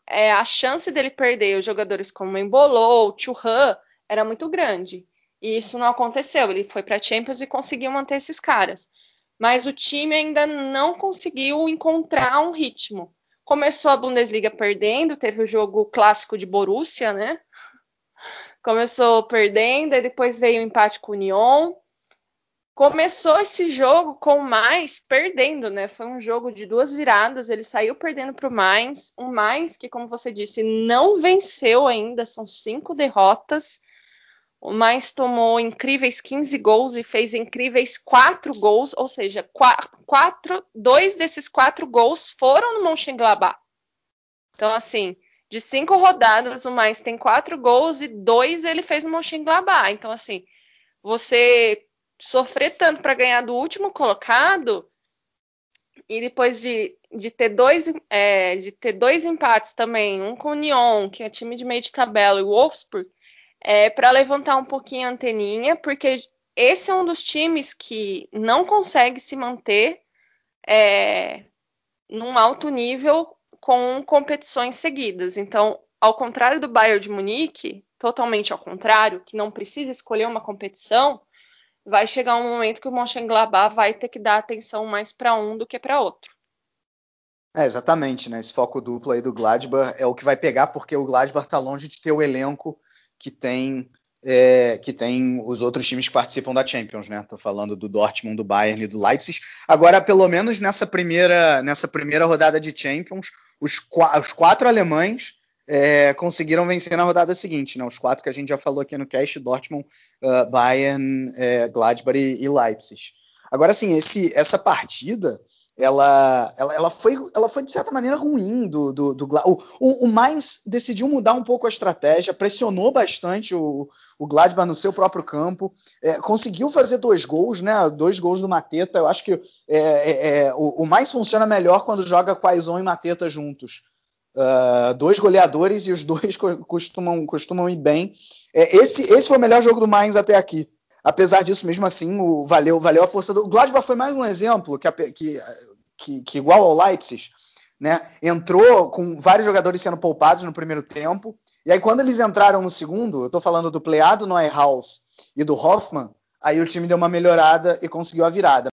é, a chance dele perder os jogadores como Embolo, Thuram, era muito grande. E isso não aconteceu. Ele foi para a Champions e conseguiu manter esses caras. Mas o time ainda não conseguiu encontrar um ritmo. Começou a Bundesliga perdendo, teve o jogo clássico de Borussia, né? Começou perdendo, e depois veio o empate com o Lyon. Começou esse jogo com o Mainz perdendo, né? Foi um jogo de duas viradas, ele saiu perdendo para o Mainz. Um Mainz que, como você disse, não venceu ainda, são cinco derrotas. O Mainz tomou incríveis quinze gols e fez incríveis quatro gols, ou seja, quatro, dois desses quatro gols foram no Mönchengladbach. Então, assim, de cinco rodadas, o Mainz tem quatro gols e dois ele fez no Mönchengladbach. Então, assim, você sofrer tanto para ganhar do último colocado e depois de, de, ter dois, é, de ter dois empates também, um com o Lyon, que é time de meio de tabela, e o Wolfsburg, é, para levantar um pouquinho a anteninha, porque esse é um dos times que não consegue se manter é, num alto nível com competições seguidas. Então, ao contrário do Bayern de Munique, totalmente ao contrário, que não precisa escolher uma competição, vai chegar um momento que o Mönchengladbach vai ter que dar atenção mais para um do que para outro. É, exatamente, né? Esse foco duplo aí do Gladbach é o que vai pegar, porque o Gladbach está longe de ter o elenco que tem, é, que tem os outros times que participam da Champions, né? Tô falando do Dortmund, do Bayern e do Leipzig. Agora, pelo menos nessa primeira, nessa primeira rodada de Champions, os, os quatro alemães é, conseguiram vencer na rodada seguinte, né? Os quatro que a gente já falou aqui no cast, Dortmund, uh, Bayern, é, Gladbach e, e Leipzig. Agora, assim, esse, essa partida Ela, ela, ela, foi, ela foi, de certa maneira, ruim. Do, do, do o, o, o Mainz decidiu mudar um pouco a estratégia, pressionou bastante o, o Gladbach no seu próprio campo, é, conseguiu fazer dois gols, né? Dois gols do Mateta. Eu acho que é, é, é, o, o Mainz funciona melhor quando joga Quaison e Mateta juntos. Uh, dois goleadores e os dois costumam, costumam ir bem. É, esse, esse foi o melhor jogo do Mainz até aqui. Apesar disso, mesmo assim, o, valeu, valeu a força do... O Gladbach foi mais um exemplo que, que, que, que igual ao Leipzig, né? Entrou com vários jogadores sendo poupados no primeiro tempo, e aí quando eles entraram no segundo, eu tô falando do Plea, do Neuhaus e do Hoffmann, aí o time deu uma melhorada e conseguiu a virada.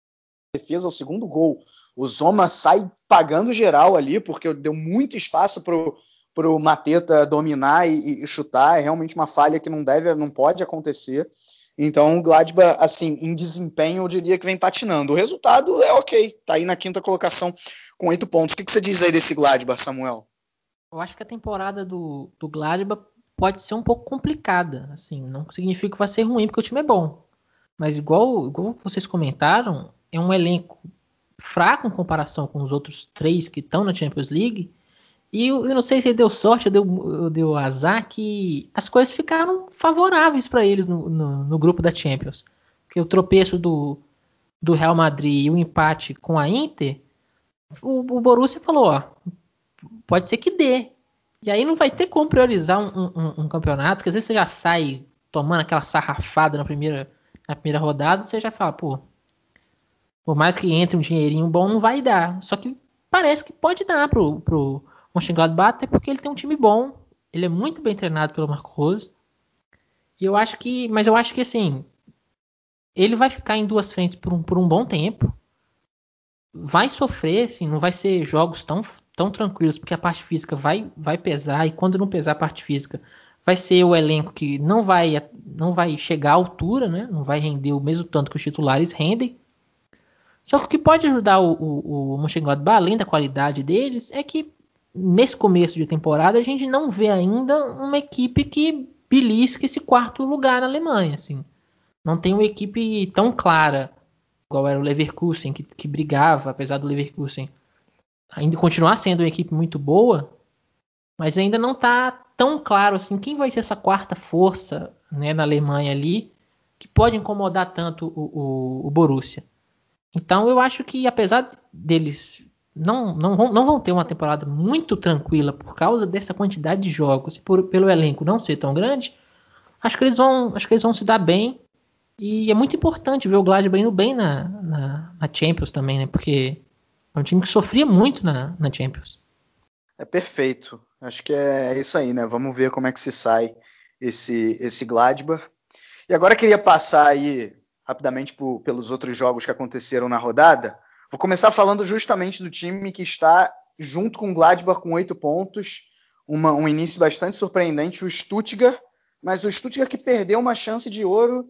A defesa, o segundo gol, o Zoma sai pagando geral ali, porque deu muito espaço pro, pro Mateta dominar e, e chutar, é realmente uma falha que não deve, não pode acontecer. Então o Gladbach, assim, em desempenho, eu diria que vem patinando. O resultado é ok, tá aí na quinta colocação com oito pontos. O que, que você diz aí desse Gladbach, Samuel? Eu acho que a temporada do, do Gladbach pode ser um pouco complicada. Assim, não significa que vai ser ruim, porque o time é bom. Mas igual, igual vocês comentaram, é um elenco fraco em comparação com os outros três que estão na Champions League. E eu, eu não sei se deu sorte ou deu, deu azar que as coisas ficaram favoráveis para eles no, no, no grupo da Champions. Porque o tropeço do, do Real Madrid e o empate com a Inter, o, o Borussia falou, ó, pode ser que dê. E aí não vai ter como priorizar um, um, um campeonato, porque às vezes você já sai tomando aquela sarrafada na primeira, na primeira rodada, você já fala, pô, por mais que entre um dinheirinho bom, não vai dar. Só que parece que pode dar pro, pro Mönchengladbach, até porque ele tem um time bom. Ele é muito bem treinado pelo Marco Rose. E eu acho que, mas eu acho que assim, ele vai ficar em duas frentes por um, por um bom tempo. Vai sofrer, assim, não vai ser jogos tão, tão tranquilos, porque a parte física vai, vai pesar, e quando não pesar a parte física, vai ser o elenco que não vai, não vai chegar à altura, né? Não vai render o mesmo tanto que os titulares rendem. Só que o que pode ajudar o, o, o Mönchengladbach, além da qualidade deles, é que nesse começo de temporada a gente não vê ainda uma equipe que belisque esse quarto lugar na Alemanha. Assim. Não tem uma equipe tão clara, igual era o Leverkusen, que, que brigava, apesar do Leverkusen ainda continuar sendo uma equipe muito boa, mas ainda não está tão claro assim quem vai ser essa quarta força, né, na Alemanha ali, que pode incomodar tanto o, o, o Borussia. Então eu acho que apesar deles não, não, não vão ter uma temporada muito tranquila por causa dessa quantidade de jogos e por, pelo elenco não ser tão grande, acho que eles vão, acho que eles vão se dar bem. E é muito importante ver o Gladbach indo bem na, na, na Champions também, né? Porque é um time que sofria muito na, na Champions. É perfeito. Acho que é isso aí, né? Vamos ver como é que se sai esse, esse Gladbach. E agora eu queria passar aí rapidamente por, pelos outros jogos que aconteceram na rodada. Vou começar falando justamente do time que está junto com o Gladbach com oito pontos. Uma, um início bastante surpreendente, o Stuttgart. Mas o Stuttgart que perdeu uma chance de ouro,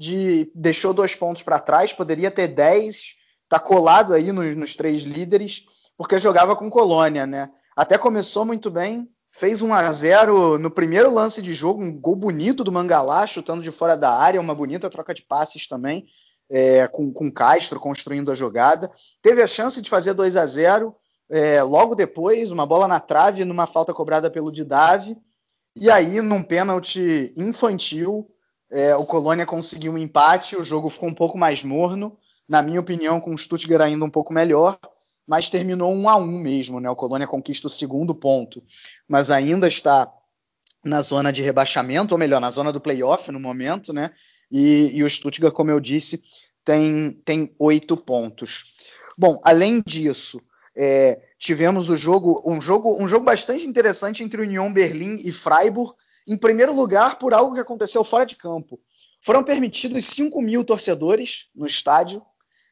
de deixou dois pontos para trás, poderia ter dez, está colado aí nos, nos três líderes, porque jogava com Colônia, né? Até começou muito bem, fez um a zero no primeiro lance de jogo, um gol bonito do Mangalá, chutando de fora da área, uma bonita troca de passes também, é, com, com Castro construindo a jogada. Teve a chance de fazer dois a zero, é, logo depois, uma bola na trave, numa falta cobrada pelo Didavi, e aí, num pênalti infantil, é, o Colônia conseguiu um empate, o jogo ficou um pouco mais morno, na minha opinião, com o Stuttgart ainda um pouco melhor, mas terminou um a um mesmo, né? O Colônia conquista o segundo ponto, mas ainda está na zona de rebaixamento, ou melhor, na zona do playoff no momento, né? E, e o Stuttgart, como eu disse, tem, tem oito pontos. Bom, além disso, é, tivemos o jogo, um jogo, um jogo bastante interessante entre Union Berlim e Freiburg, em primeiro lugar por algo que aconteceu fora de campo. Foram permitidos cinco mil torcedores no estádio,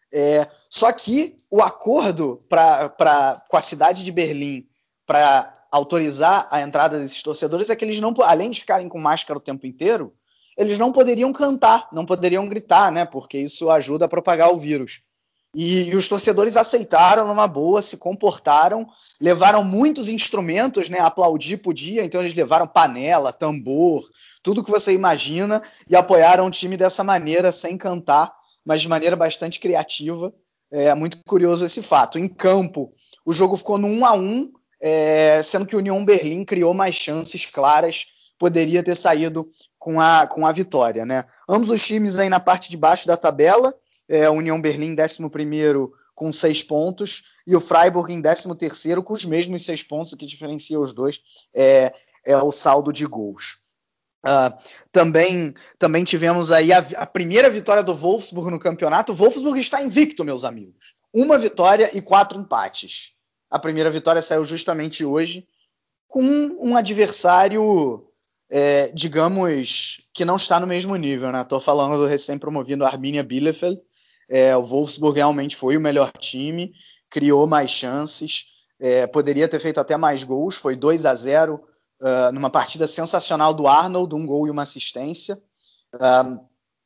é, só que o acordo pra, pra, com a cidade de Berlim para autorizar a entrada desses torcedores é que eles não, além de ficarem com máscara o tempo inteiro, eles não poderiam cantar, não poderiam gritar, né? Porque isso ajuda a propagar o vírus. E, e os torcedores aceitaram numa boa, se comportaram, levaram muitos instrumentos, né? Aplaudir podia, então eles levaram panela, tambor, tudo que você imagina, e apoiaram o time dessa maneira, sem cantar, mas de maneira bastante criativa. É muito curioso esse fato. Em campo, o jogo ficou no um a um, é, sendo que o Union Berlim criou mais chances claras, poderia ter saído com a, com a vitória, né? Ambos os times aí na parte de baixo da tabela, é, Union Berlim décimo primeiro com seis pontos e o Freiburg em décimo terceiro com os mesmos seis pontos, o que diferencia os dois é, é o saldo de gols. Uh, também, também tivemos aí a, a primeira vitória do Wolfsburg no campeonato. O Wolfsburg está invicto, meus amigos. Uma vitória e quatro empates. A primeira vitória saiu justamente hoje com um adversário, é, digamos, que não está no mesmo nível, né? Estou falando do recém-promovido Arminia Bielefeld. É, o Wolfsburg realmente foi o melhor time, criou mais chances, é, poderia ter feito até mais gols, foi dois a zero uh, numa partida sensacional do Arnold, um gol e uma assistência. Uh,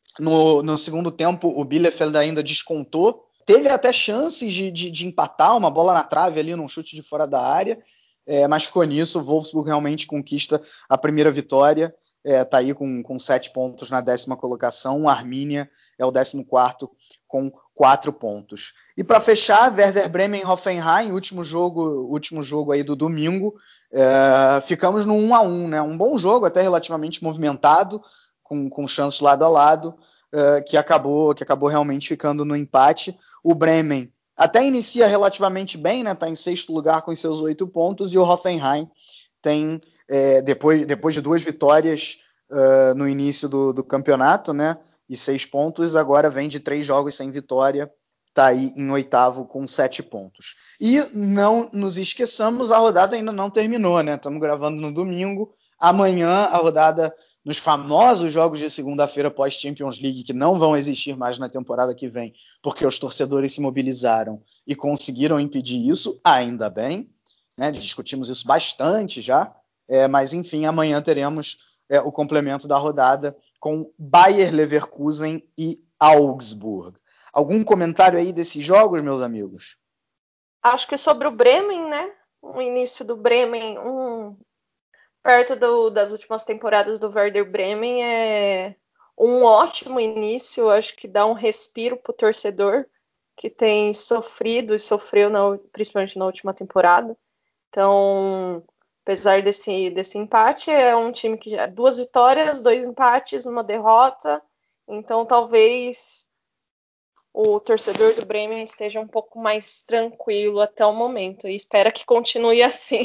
no, no segundo tempo, o Bielefeld ainda descontou, teve até chances de, de, de empatar, uma bola na trave ali num chute de fora da área, é, mas ficou nisso. O Wolfsburg realmente conquista a primeira vitória, está é, aí com, com sete pontos na décima colocação. O Arminia é o décimo quarto com quatro pontos. E para fechar, Werder Bremen e Hoffenheim, último jogo, último jogo aí do domingo, é, ficamos no um a um, né? Um bom jogo, até relativamente movimentado, com, com chances lado a lado, é, que, acabou, que acabou realmente ficando no empate. O Bremen até inicia relativamente bem, né? Está em sexto lugar com seus oito pontos, e o Hoffenheim tem, é, depois, depois de duas vitórias uh, no início do, do campeonato, né? E seis pontos, agora vem de três jogos sem vitória, está aí em oitavo com sete pontos. E não nos esqueçamos, a rodada ainda não terminou, né? Estamos gravando no domingo. Amanhã a rodada nos famosos jogos de segunda-feira pós-Champions League, que não vão existir mais na temporada que vem, porque os torcedores se mobilizaram e conseguiram impedir isso, ainda bem, né? Discutimos isso bastante já, é, mas enfim, amanhã teremos é, o complemento da rodada com Bayer Leverkusen e Augsburg. Algum comentário aí desses jogos, meus amigos? Acho que sobre o Bremen, né? O início do Bremen, um... perto do, das últimas temporadas do Werder Bremen, é um ótimo início. Acho que dá um respiro para o torcedor que tem sofrido e sofreu, na, principalmente na última temporada. Então, apesar desse, desse empate, é um time que já duas vitórias, dois empates, uma derrota. Então, talvez o torcedor do Bremen esteja um pouco mais tranquilo até o momento. E espera que continue assim.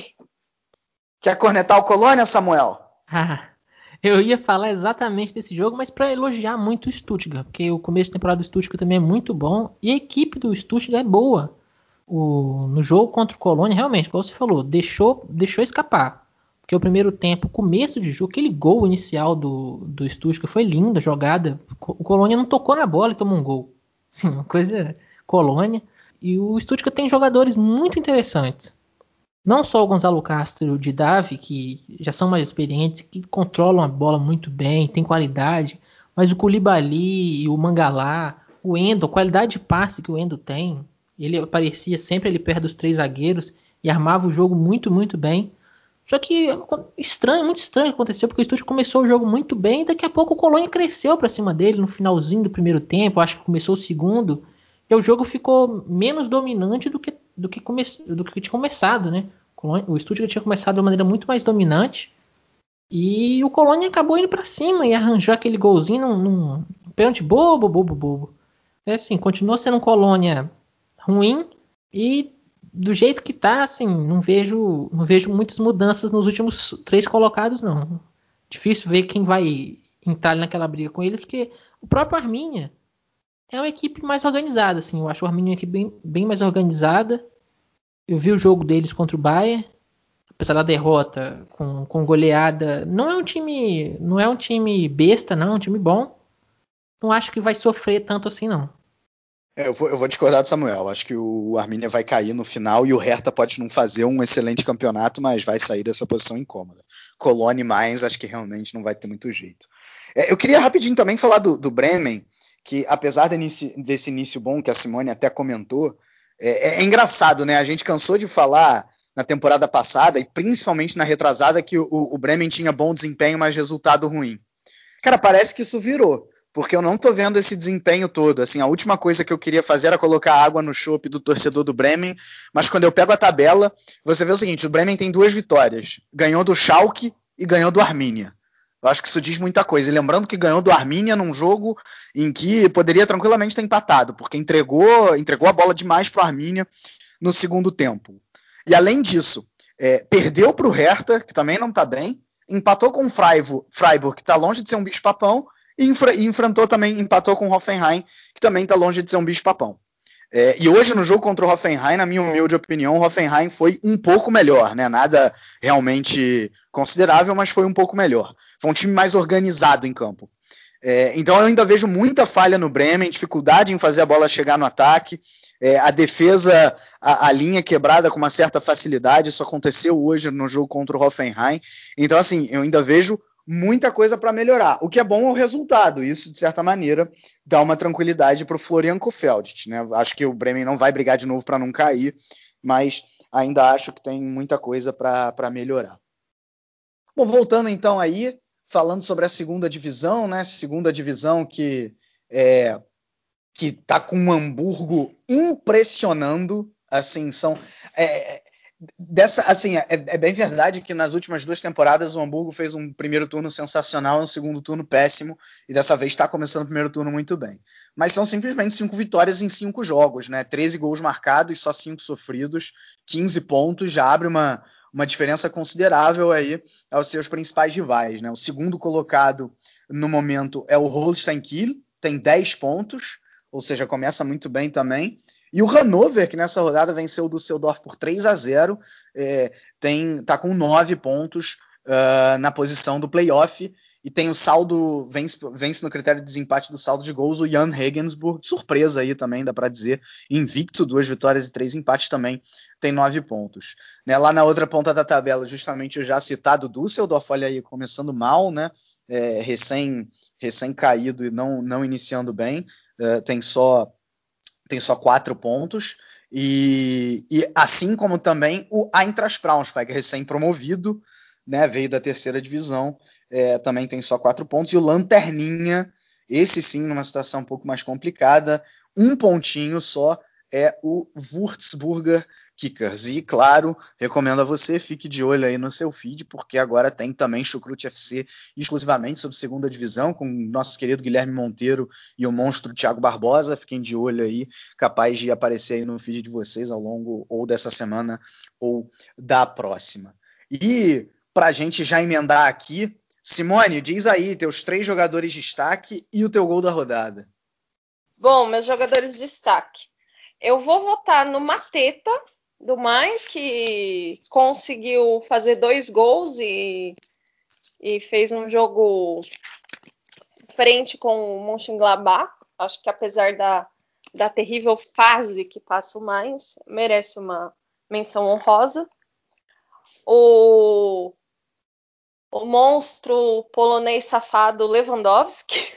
Quer cornetar o Colônia, Samuel? Ah, eu ia falar exatamente desse jogo, mas para elogiar muito o Stuttgart, porque o começo da temporada do Stuttgart também é muito bom e a equipe do Stuttgart é boa. o, no jogo contra o Colônia, realmente, como você falou, deixou, deixou escapar. Porque o primeiro tempo, começo de jogo, aquele gol inicial do, do Stuttgart foi lindo, a jogada. O Colônia não tocou na bola e tomou um gol. Sim, uma coisa Colônia. E o Stuttgart tem jogadores muito interessantes. Não só o Gonzalo Castro e o Didavi, que já são mais experientes, que controlam a bola muito bem, tem qualidade, mas o Koulibaly e o Mangala, o Endo, a qualidade de passe que o Endo tem, ele aparecia sempre ali perto dos três zagueiros e armava o jogo muito, muito bem. Só que estranho, muito estranho aconteceu, porque o Stuttgart começou o jogo muito bem e daqui a pouco o Colônia cresceu para cima dele no finalzinho do primeiro tempo, acho que começou o segundo, e o jogo ficou menos dominante do que, do que, come, do que tinha começado, né? O Stuttgart tinha começado de uma maneira muito mais dominante e o Colônia acabou indo para cima e arranjou aquele golzinho num, num pênalti bobo, bobo, bobo. É assim, continuou sendo um Colônia ruim e do jeito que tá, assim, não vejo, não vejo muitas mudanças nos últimos três colocados, não. Difícil ver quem vai entrar naquela briga com eles, porque o próprio Arminia é uma equipe mais organizada, assim. Eu acho o Arminia uma equipe bem, bem mais organizada. Eu vi o jogo deles contra o Bayern, apesar da derrota com, com goleada. Não é um time, não é um time besta, não, é um time bom. Não acho que vai sofrer tanto assim, não. É, eu, vou, eu vou discordar do Samuel. Acho que o Arminia vai cair no final e o Hertha pode não fazer um excelente campeonato, mas vai sair dessa posição incômoda. Colônia e Mainz, acho que realmente não vai ter muito jeito. É, eu queria rapidinho também falar do, do Bremen, que apesar desse, desse início bom que a Simone até comentou, é, é, é engraçado, né? A gente cansou de falar na temporada passada, e principalmente na retrasada, que o, o Bremen tinha bom desempenho, mas resultado ruim. Cara, parece que isso virou. Porque eu não tô vendo esse desempenho todo. Assim, a última coisa que eu queria fazer era colocar água no chope do torcedor do Bremen, mas quando eu pego a tabela, você vê o seguinte, o Bremen tem duas vitórias. Ganhou do Schalke e ganhou do Arminia. Eu acho que isso diz muita coisa. E lembrando que ganhou do Arminia num jogo em que poderia tranquilamente ter empatado, porque entregou, entregou a bola demais pro Arminia no segundo tempo. E além disso, é, perdeu pro Hertha, que também não tá bem, empatou com o Freiburg, Freiburg que tá longe de ser um bicho-papão, e, enfra- e enfrentou também, empatou com o Hoffenheim, que também está longe de ser um bicho-papão. É, e hoje, no jogo contra o Hoffenheim, na minha humilde opinião, o Hoffenheim foi um pouco melhor, né? Nada realmente considerável, mas foi um pouco melhor. Foi um time mais organizado em campo. É, então eu ainda vejo muita falha no Bremen, dificuldade em fazer a bola chegar no ataque, é, a defesa, a, a linha quebrada com uma certa facilidade, isso aconteceu hoje no jogo contra o Hoffenheim. Então, assim, eu ainda vejo muita coisa para melhorar. O que é bom é o resultado. Isso, de certa maneira, dá uma tranquilidade para o Florian Kohfeldt, né? Acho que o Bremen não vai brigar de novo para não cair, mas ainda acho que tem muita coisa para melhorar. Bom, voltando então aí, falando sobre a segunda divisão, né? Segunda divisão que é, que tá com um Hamburgo impressionando, assim, são é, dessa, assim, é, é bem verdade que nas últimas duas temporadas o Hamburgo fez um primeiro turno sensacional e um segundo turno péssimo, e dessa vez está começando o primeiro turno muito bem. Mas são simplesmente cinco vitórias em cinco jogos, né? treze gols marcados, só cinco sofridos, quinze pontos, já abre uma, uma diferença considerável aí aos seus principais rivais, né? O segundo colocado no momento é o Holstein Kiel, tem dez pontos, ou seja, começa muito bem também. E o Hannover, que nessa rodada venceu o Düsseldorf por três a zero, é, tem, tá com nove pontos uh, na posição do playoff, e tem o saldo, vence, vence no critério de desempate do saldo de gols, o Jan Regensburg, surpresa aí também, dá para dizer, invicto, duas vitórias e três empates também, tem nove pontos. Né, lá na outra ponta da tabela, justamente o já citado Düsseldorf, olha aí, começando mal, né, é, recém, recém caído e não, não iniciando bem, uh, tem só tem só quatro pontos, e, e assim como também o Eintracht Braunschweig, recém-promovido, né, veio da terceira divisão, é, também tem só quatro pontos, e o Lanterninha, esse sim, numa situação um pouco mais complicada, um pontinho só, é o Würzburger Kickers. E, claro, recomendo a você, fique de olho aí no seu feed, porque agora tem também Chucrute F C exclusivamente sobre segunda divisão, com o nosso querido Guilherme Monteiro e o monstro Thiago Barbosa. Fiquem de olho aí, capaz de aparecer aí no feed de vocês ao longo ou dessa semana ou da próxima. E, pra gente já emendar aqui, Simone, diz aí teus três jogadores de destaque e o teu gol da rodada. Bom, meus jogadores de destaque. Eu vou votar no Mateta, do Mais, que conseguiu fazer dois gols e, e fez um jogo frente com o Mönchengladbach. Acho que apesar da, da terrível fase que passa o Mais, merece uma menção honrosa. O, o monstro polonês safado Lewandowski,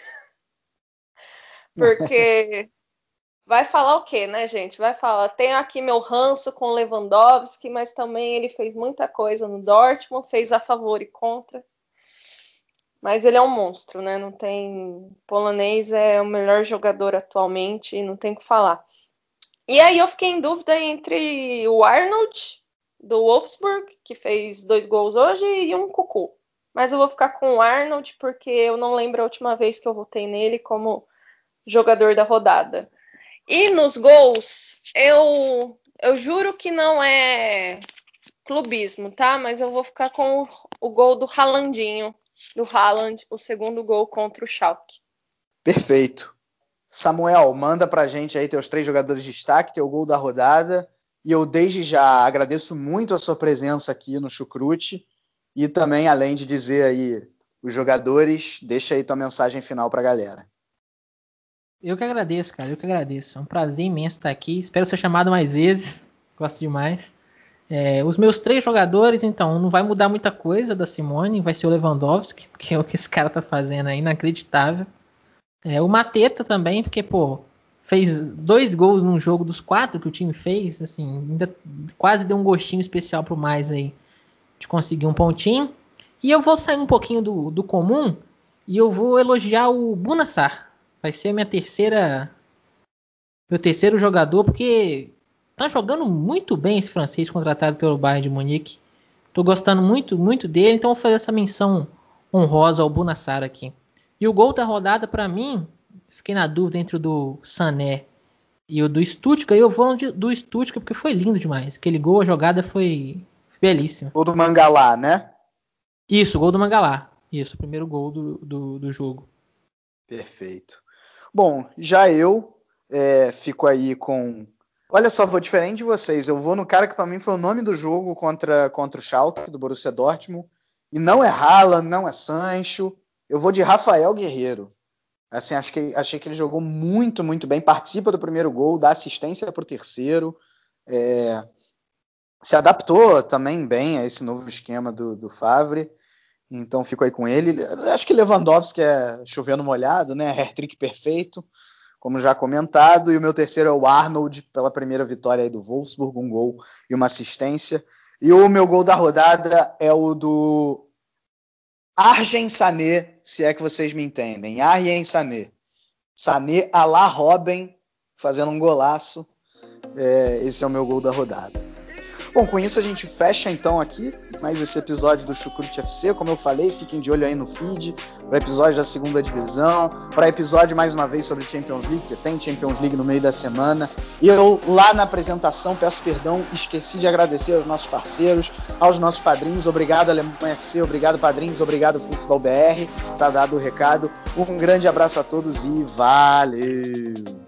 porque vai falar o quê, né, gente? Vai falar, tenho aqui meu ranço com Lewandowski, mas também ele fez muita coisa no Dortmund, fez a favor e contra. Mas ele é um monstro, né? Não tem... polonês é o melhor jogador atualmente e não tem o que falar. E aí eu fiquei em dúvida entre o Arnold, do Wolfsburg, que fez dois gols hoje, e um Cucu. Mas eu vou ficar com o Arnold, porque eu não lembro a última vez que eu votei nele como jogador da rodada. E nos gols, eu, eu juro que não é clubismo, tá? Mas eu vou ficar com o, o gol do Haalandinho, do Haaland, o segundo gol contra o Schalke. Perfeito. Samuel, manda pra gente aí teus três jogadores de destaque, teu gol da rodada. E eu desde já agradeço muito a sua presença aqui no Chucrute. E também, além de dizer aí os jogadores, deixa aí tua mensagem final pra galera. Eu que agradeço, cara. Eu que agradeço. É um prazer imenso estar aqui. Espero ser chamado mais vezes. Gosto demais. É, os meus três jogadores, então, não vai mudar muita coisa da Simone. Vai ser o Lewandowski, porque é o que esse cara tá fazendo é inacreditável. É, o Mateta também, porque, pô, fez dois gols num jogo dos quatro que o time fez. Assim, ainda quase deu um gostinho especial pro mais aí de conseguir um pontinho. E eu vou sair um pouquinho do, do comum e eu vou elogiar o Bunassar. Vai ser minha terceira, meu terceiro jogador, porque tá jogando muito bem esse francês contratado pelo Bayern de Munique. Tô gostando muito, muito dele, então vou fazer essa menção honrosa ao Bunassar aqui. E o gol da rodada, para mim, fiquei na dúvida entre o do Sané e o do Stuttgart, e eu vou do Stuttgart porque foi lindo demais. Aquele gol, a jogada foi belíssima. Gol do Mangalá, né? Isso, o gol do Mangalá. Isso, o primeiro gol do, do, do jogo. Perfeito. Bom, já eu é, fico aí com... Olha só, vou diferente de vocês. Eu vou no cara que para mim foi o nome do jogo contra, contra o Schalke, do Borussia Dortmund. E não é Haaland, não é Sancho. Eu vou de Rafael Guerreiro. Assim, acho que, achei que ele jogou muito, muito bem. Participa do primeiro gol, dá assistência para o terceiro. É, se adaptou também bem a esse novo esquema do, do Favre. Então fico aí com ele. Acho que Lewandowski é chovendo molhado, né? Hat-trick perfeito, como já comentado. E o meu terceiro é o Arnold, pela primeira vitória aí do Wolfsburg, um gol e uma assistência. E o meu gol da rodada é o do Arjen Sané, se é que vocês me entendem. Arjen Sané. Sané à la Robben, fazendo um golaço. É, esse é o meu gol da rodada. Bom, com isso a gente fecha então aqui mais esse episódio do Chucrute F C. Como eu falei, fiquem de olho aí no feed para episódio da segunda divisão, para episódio mais uma vez sobre Champions League, porque tem Champions League no meio da semana. E eu lá na apresentação peço perdão, esqueci de agradecer aos nossos parceiros, aos nossos padrinhos. Obrigado Alemanha F C, obrigado padrinhos, obrigado Futebol B R. Tá dado o recado. Um grande abraço a todos e valeu!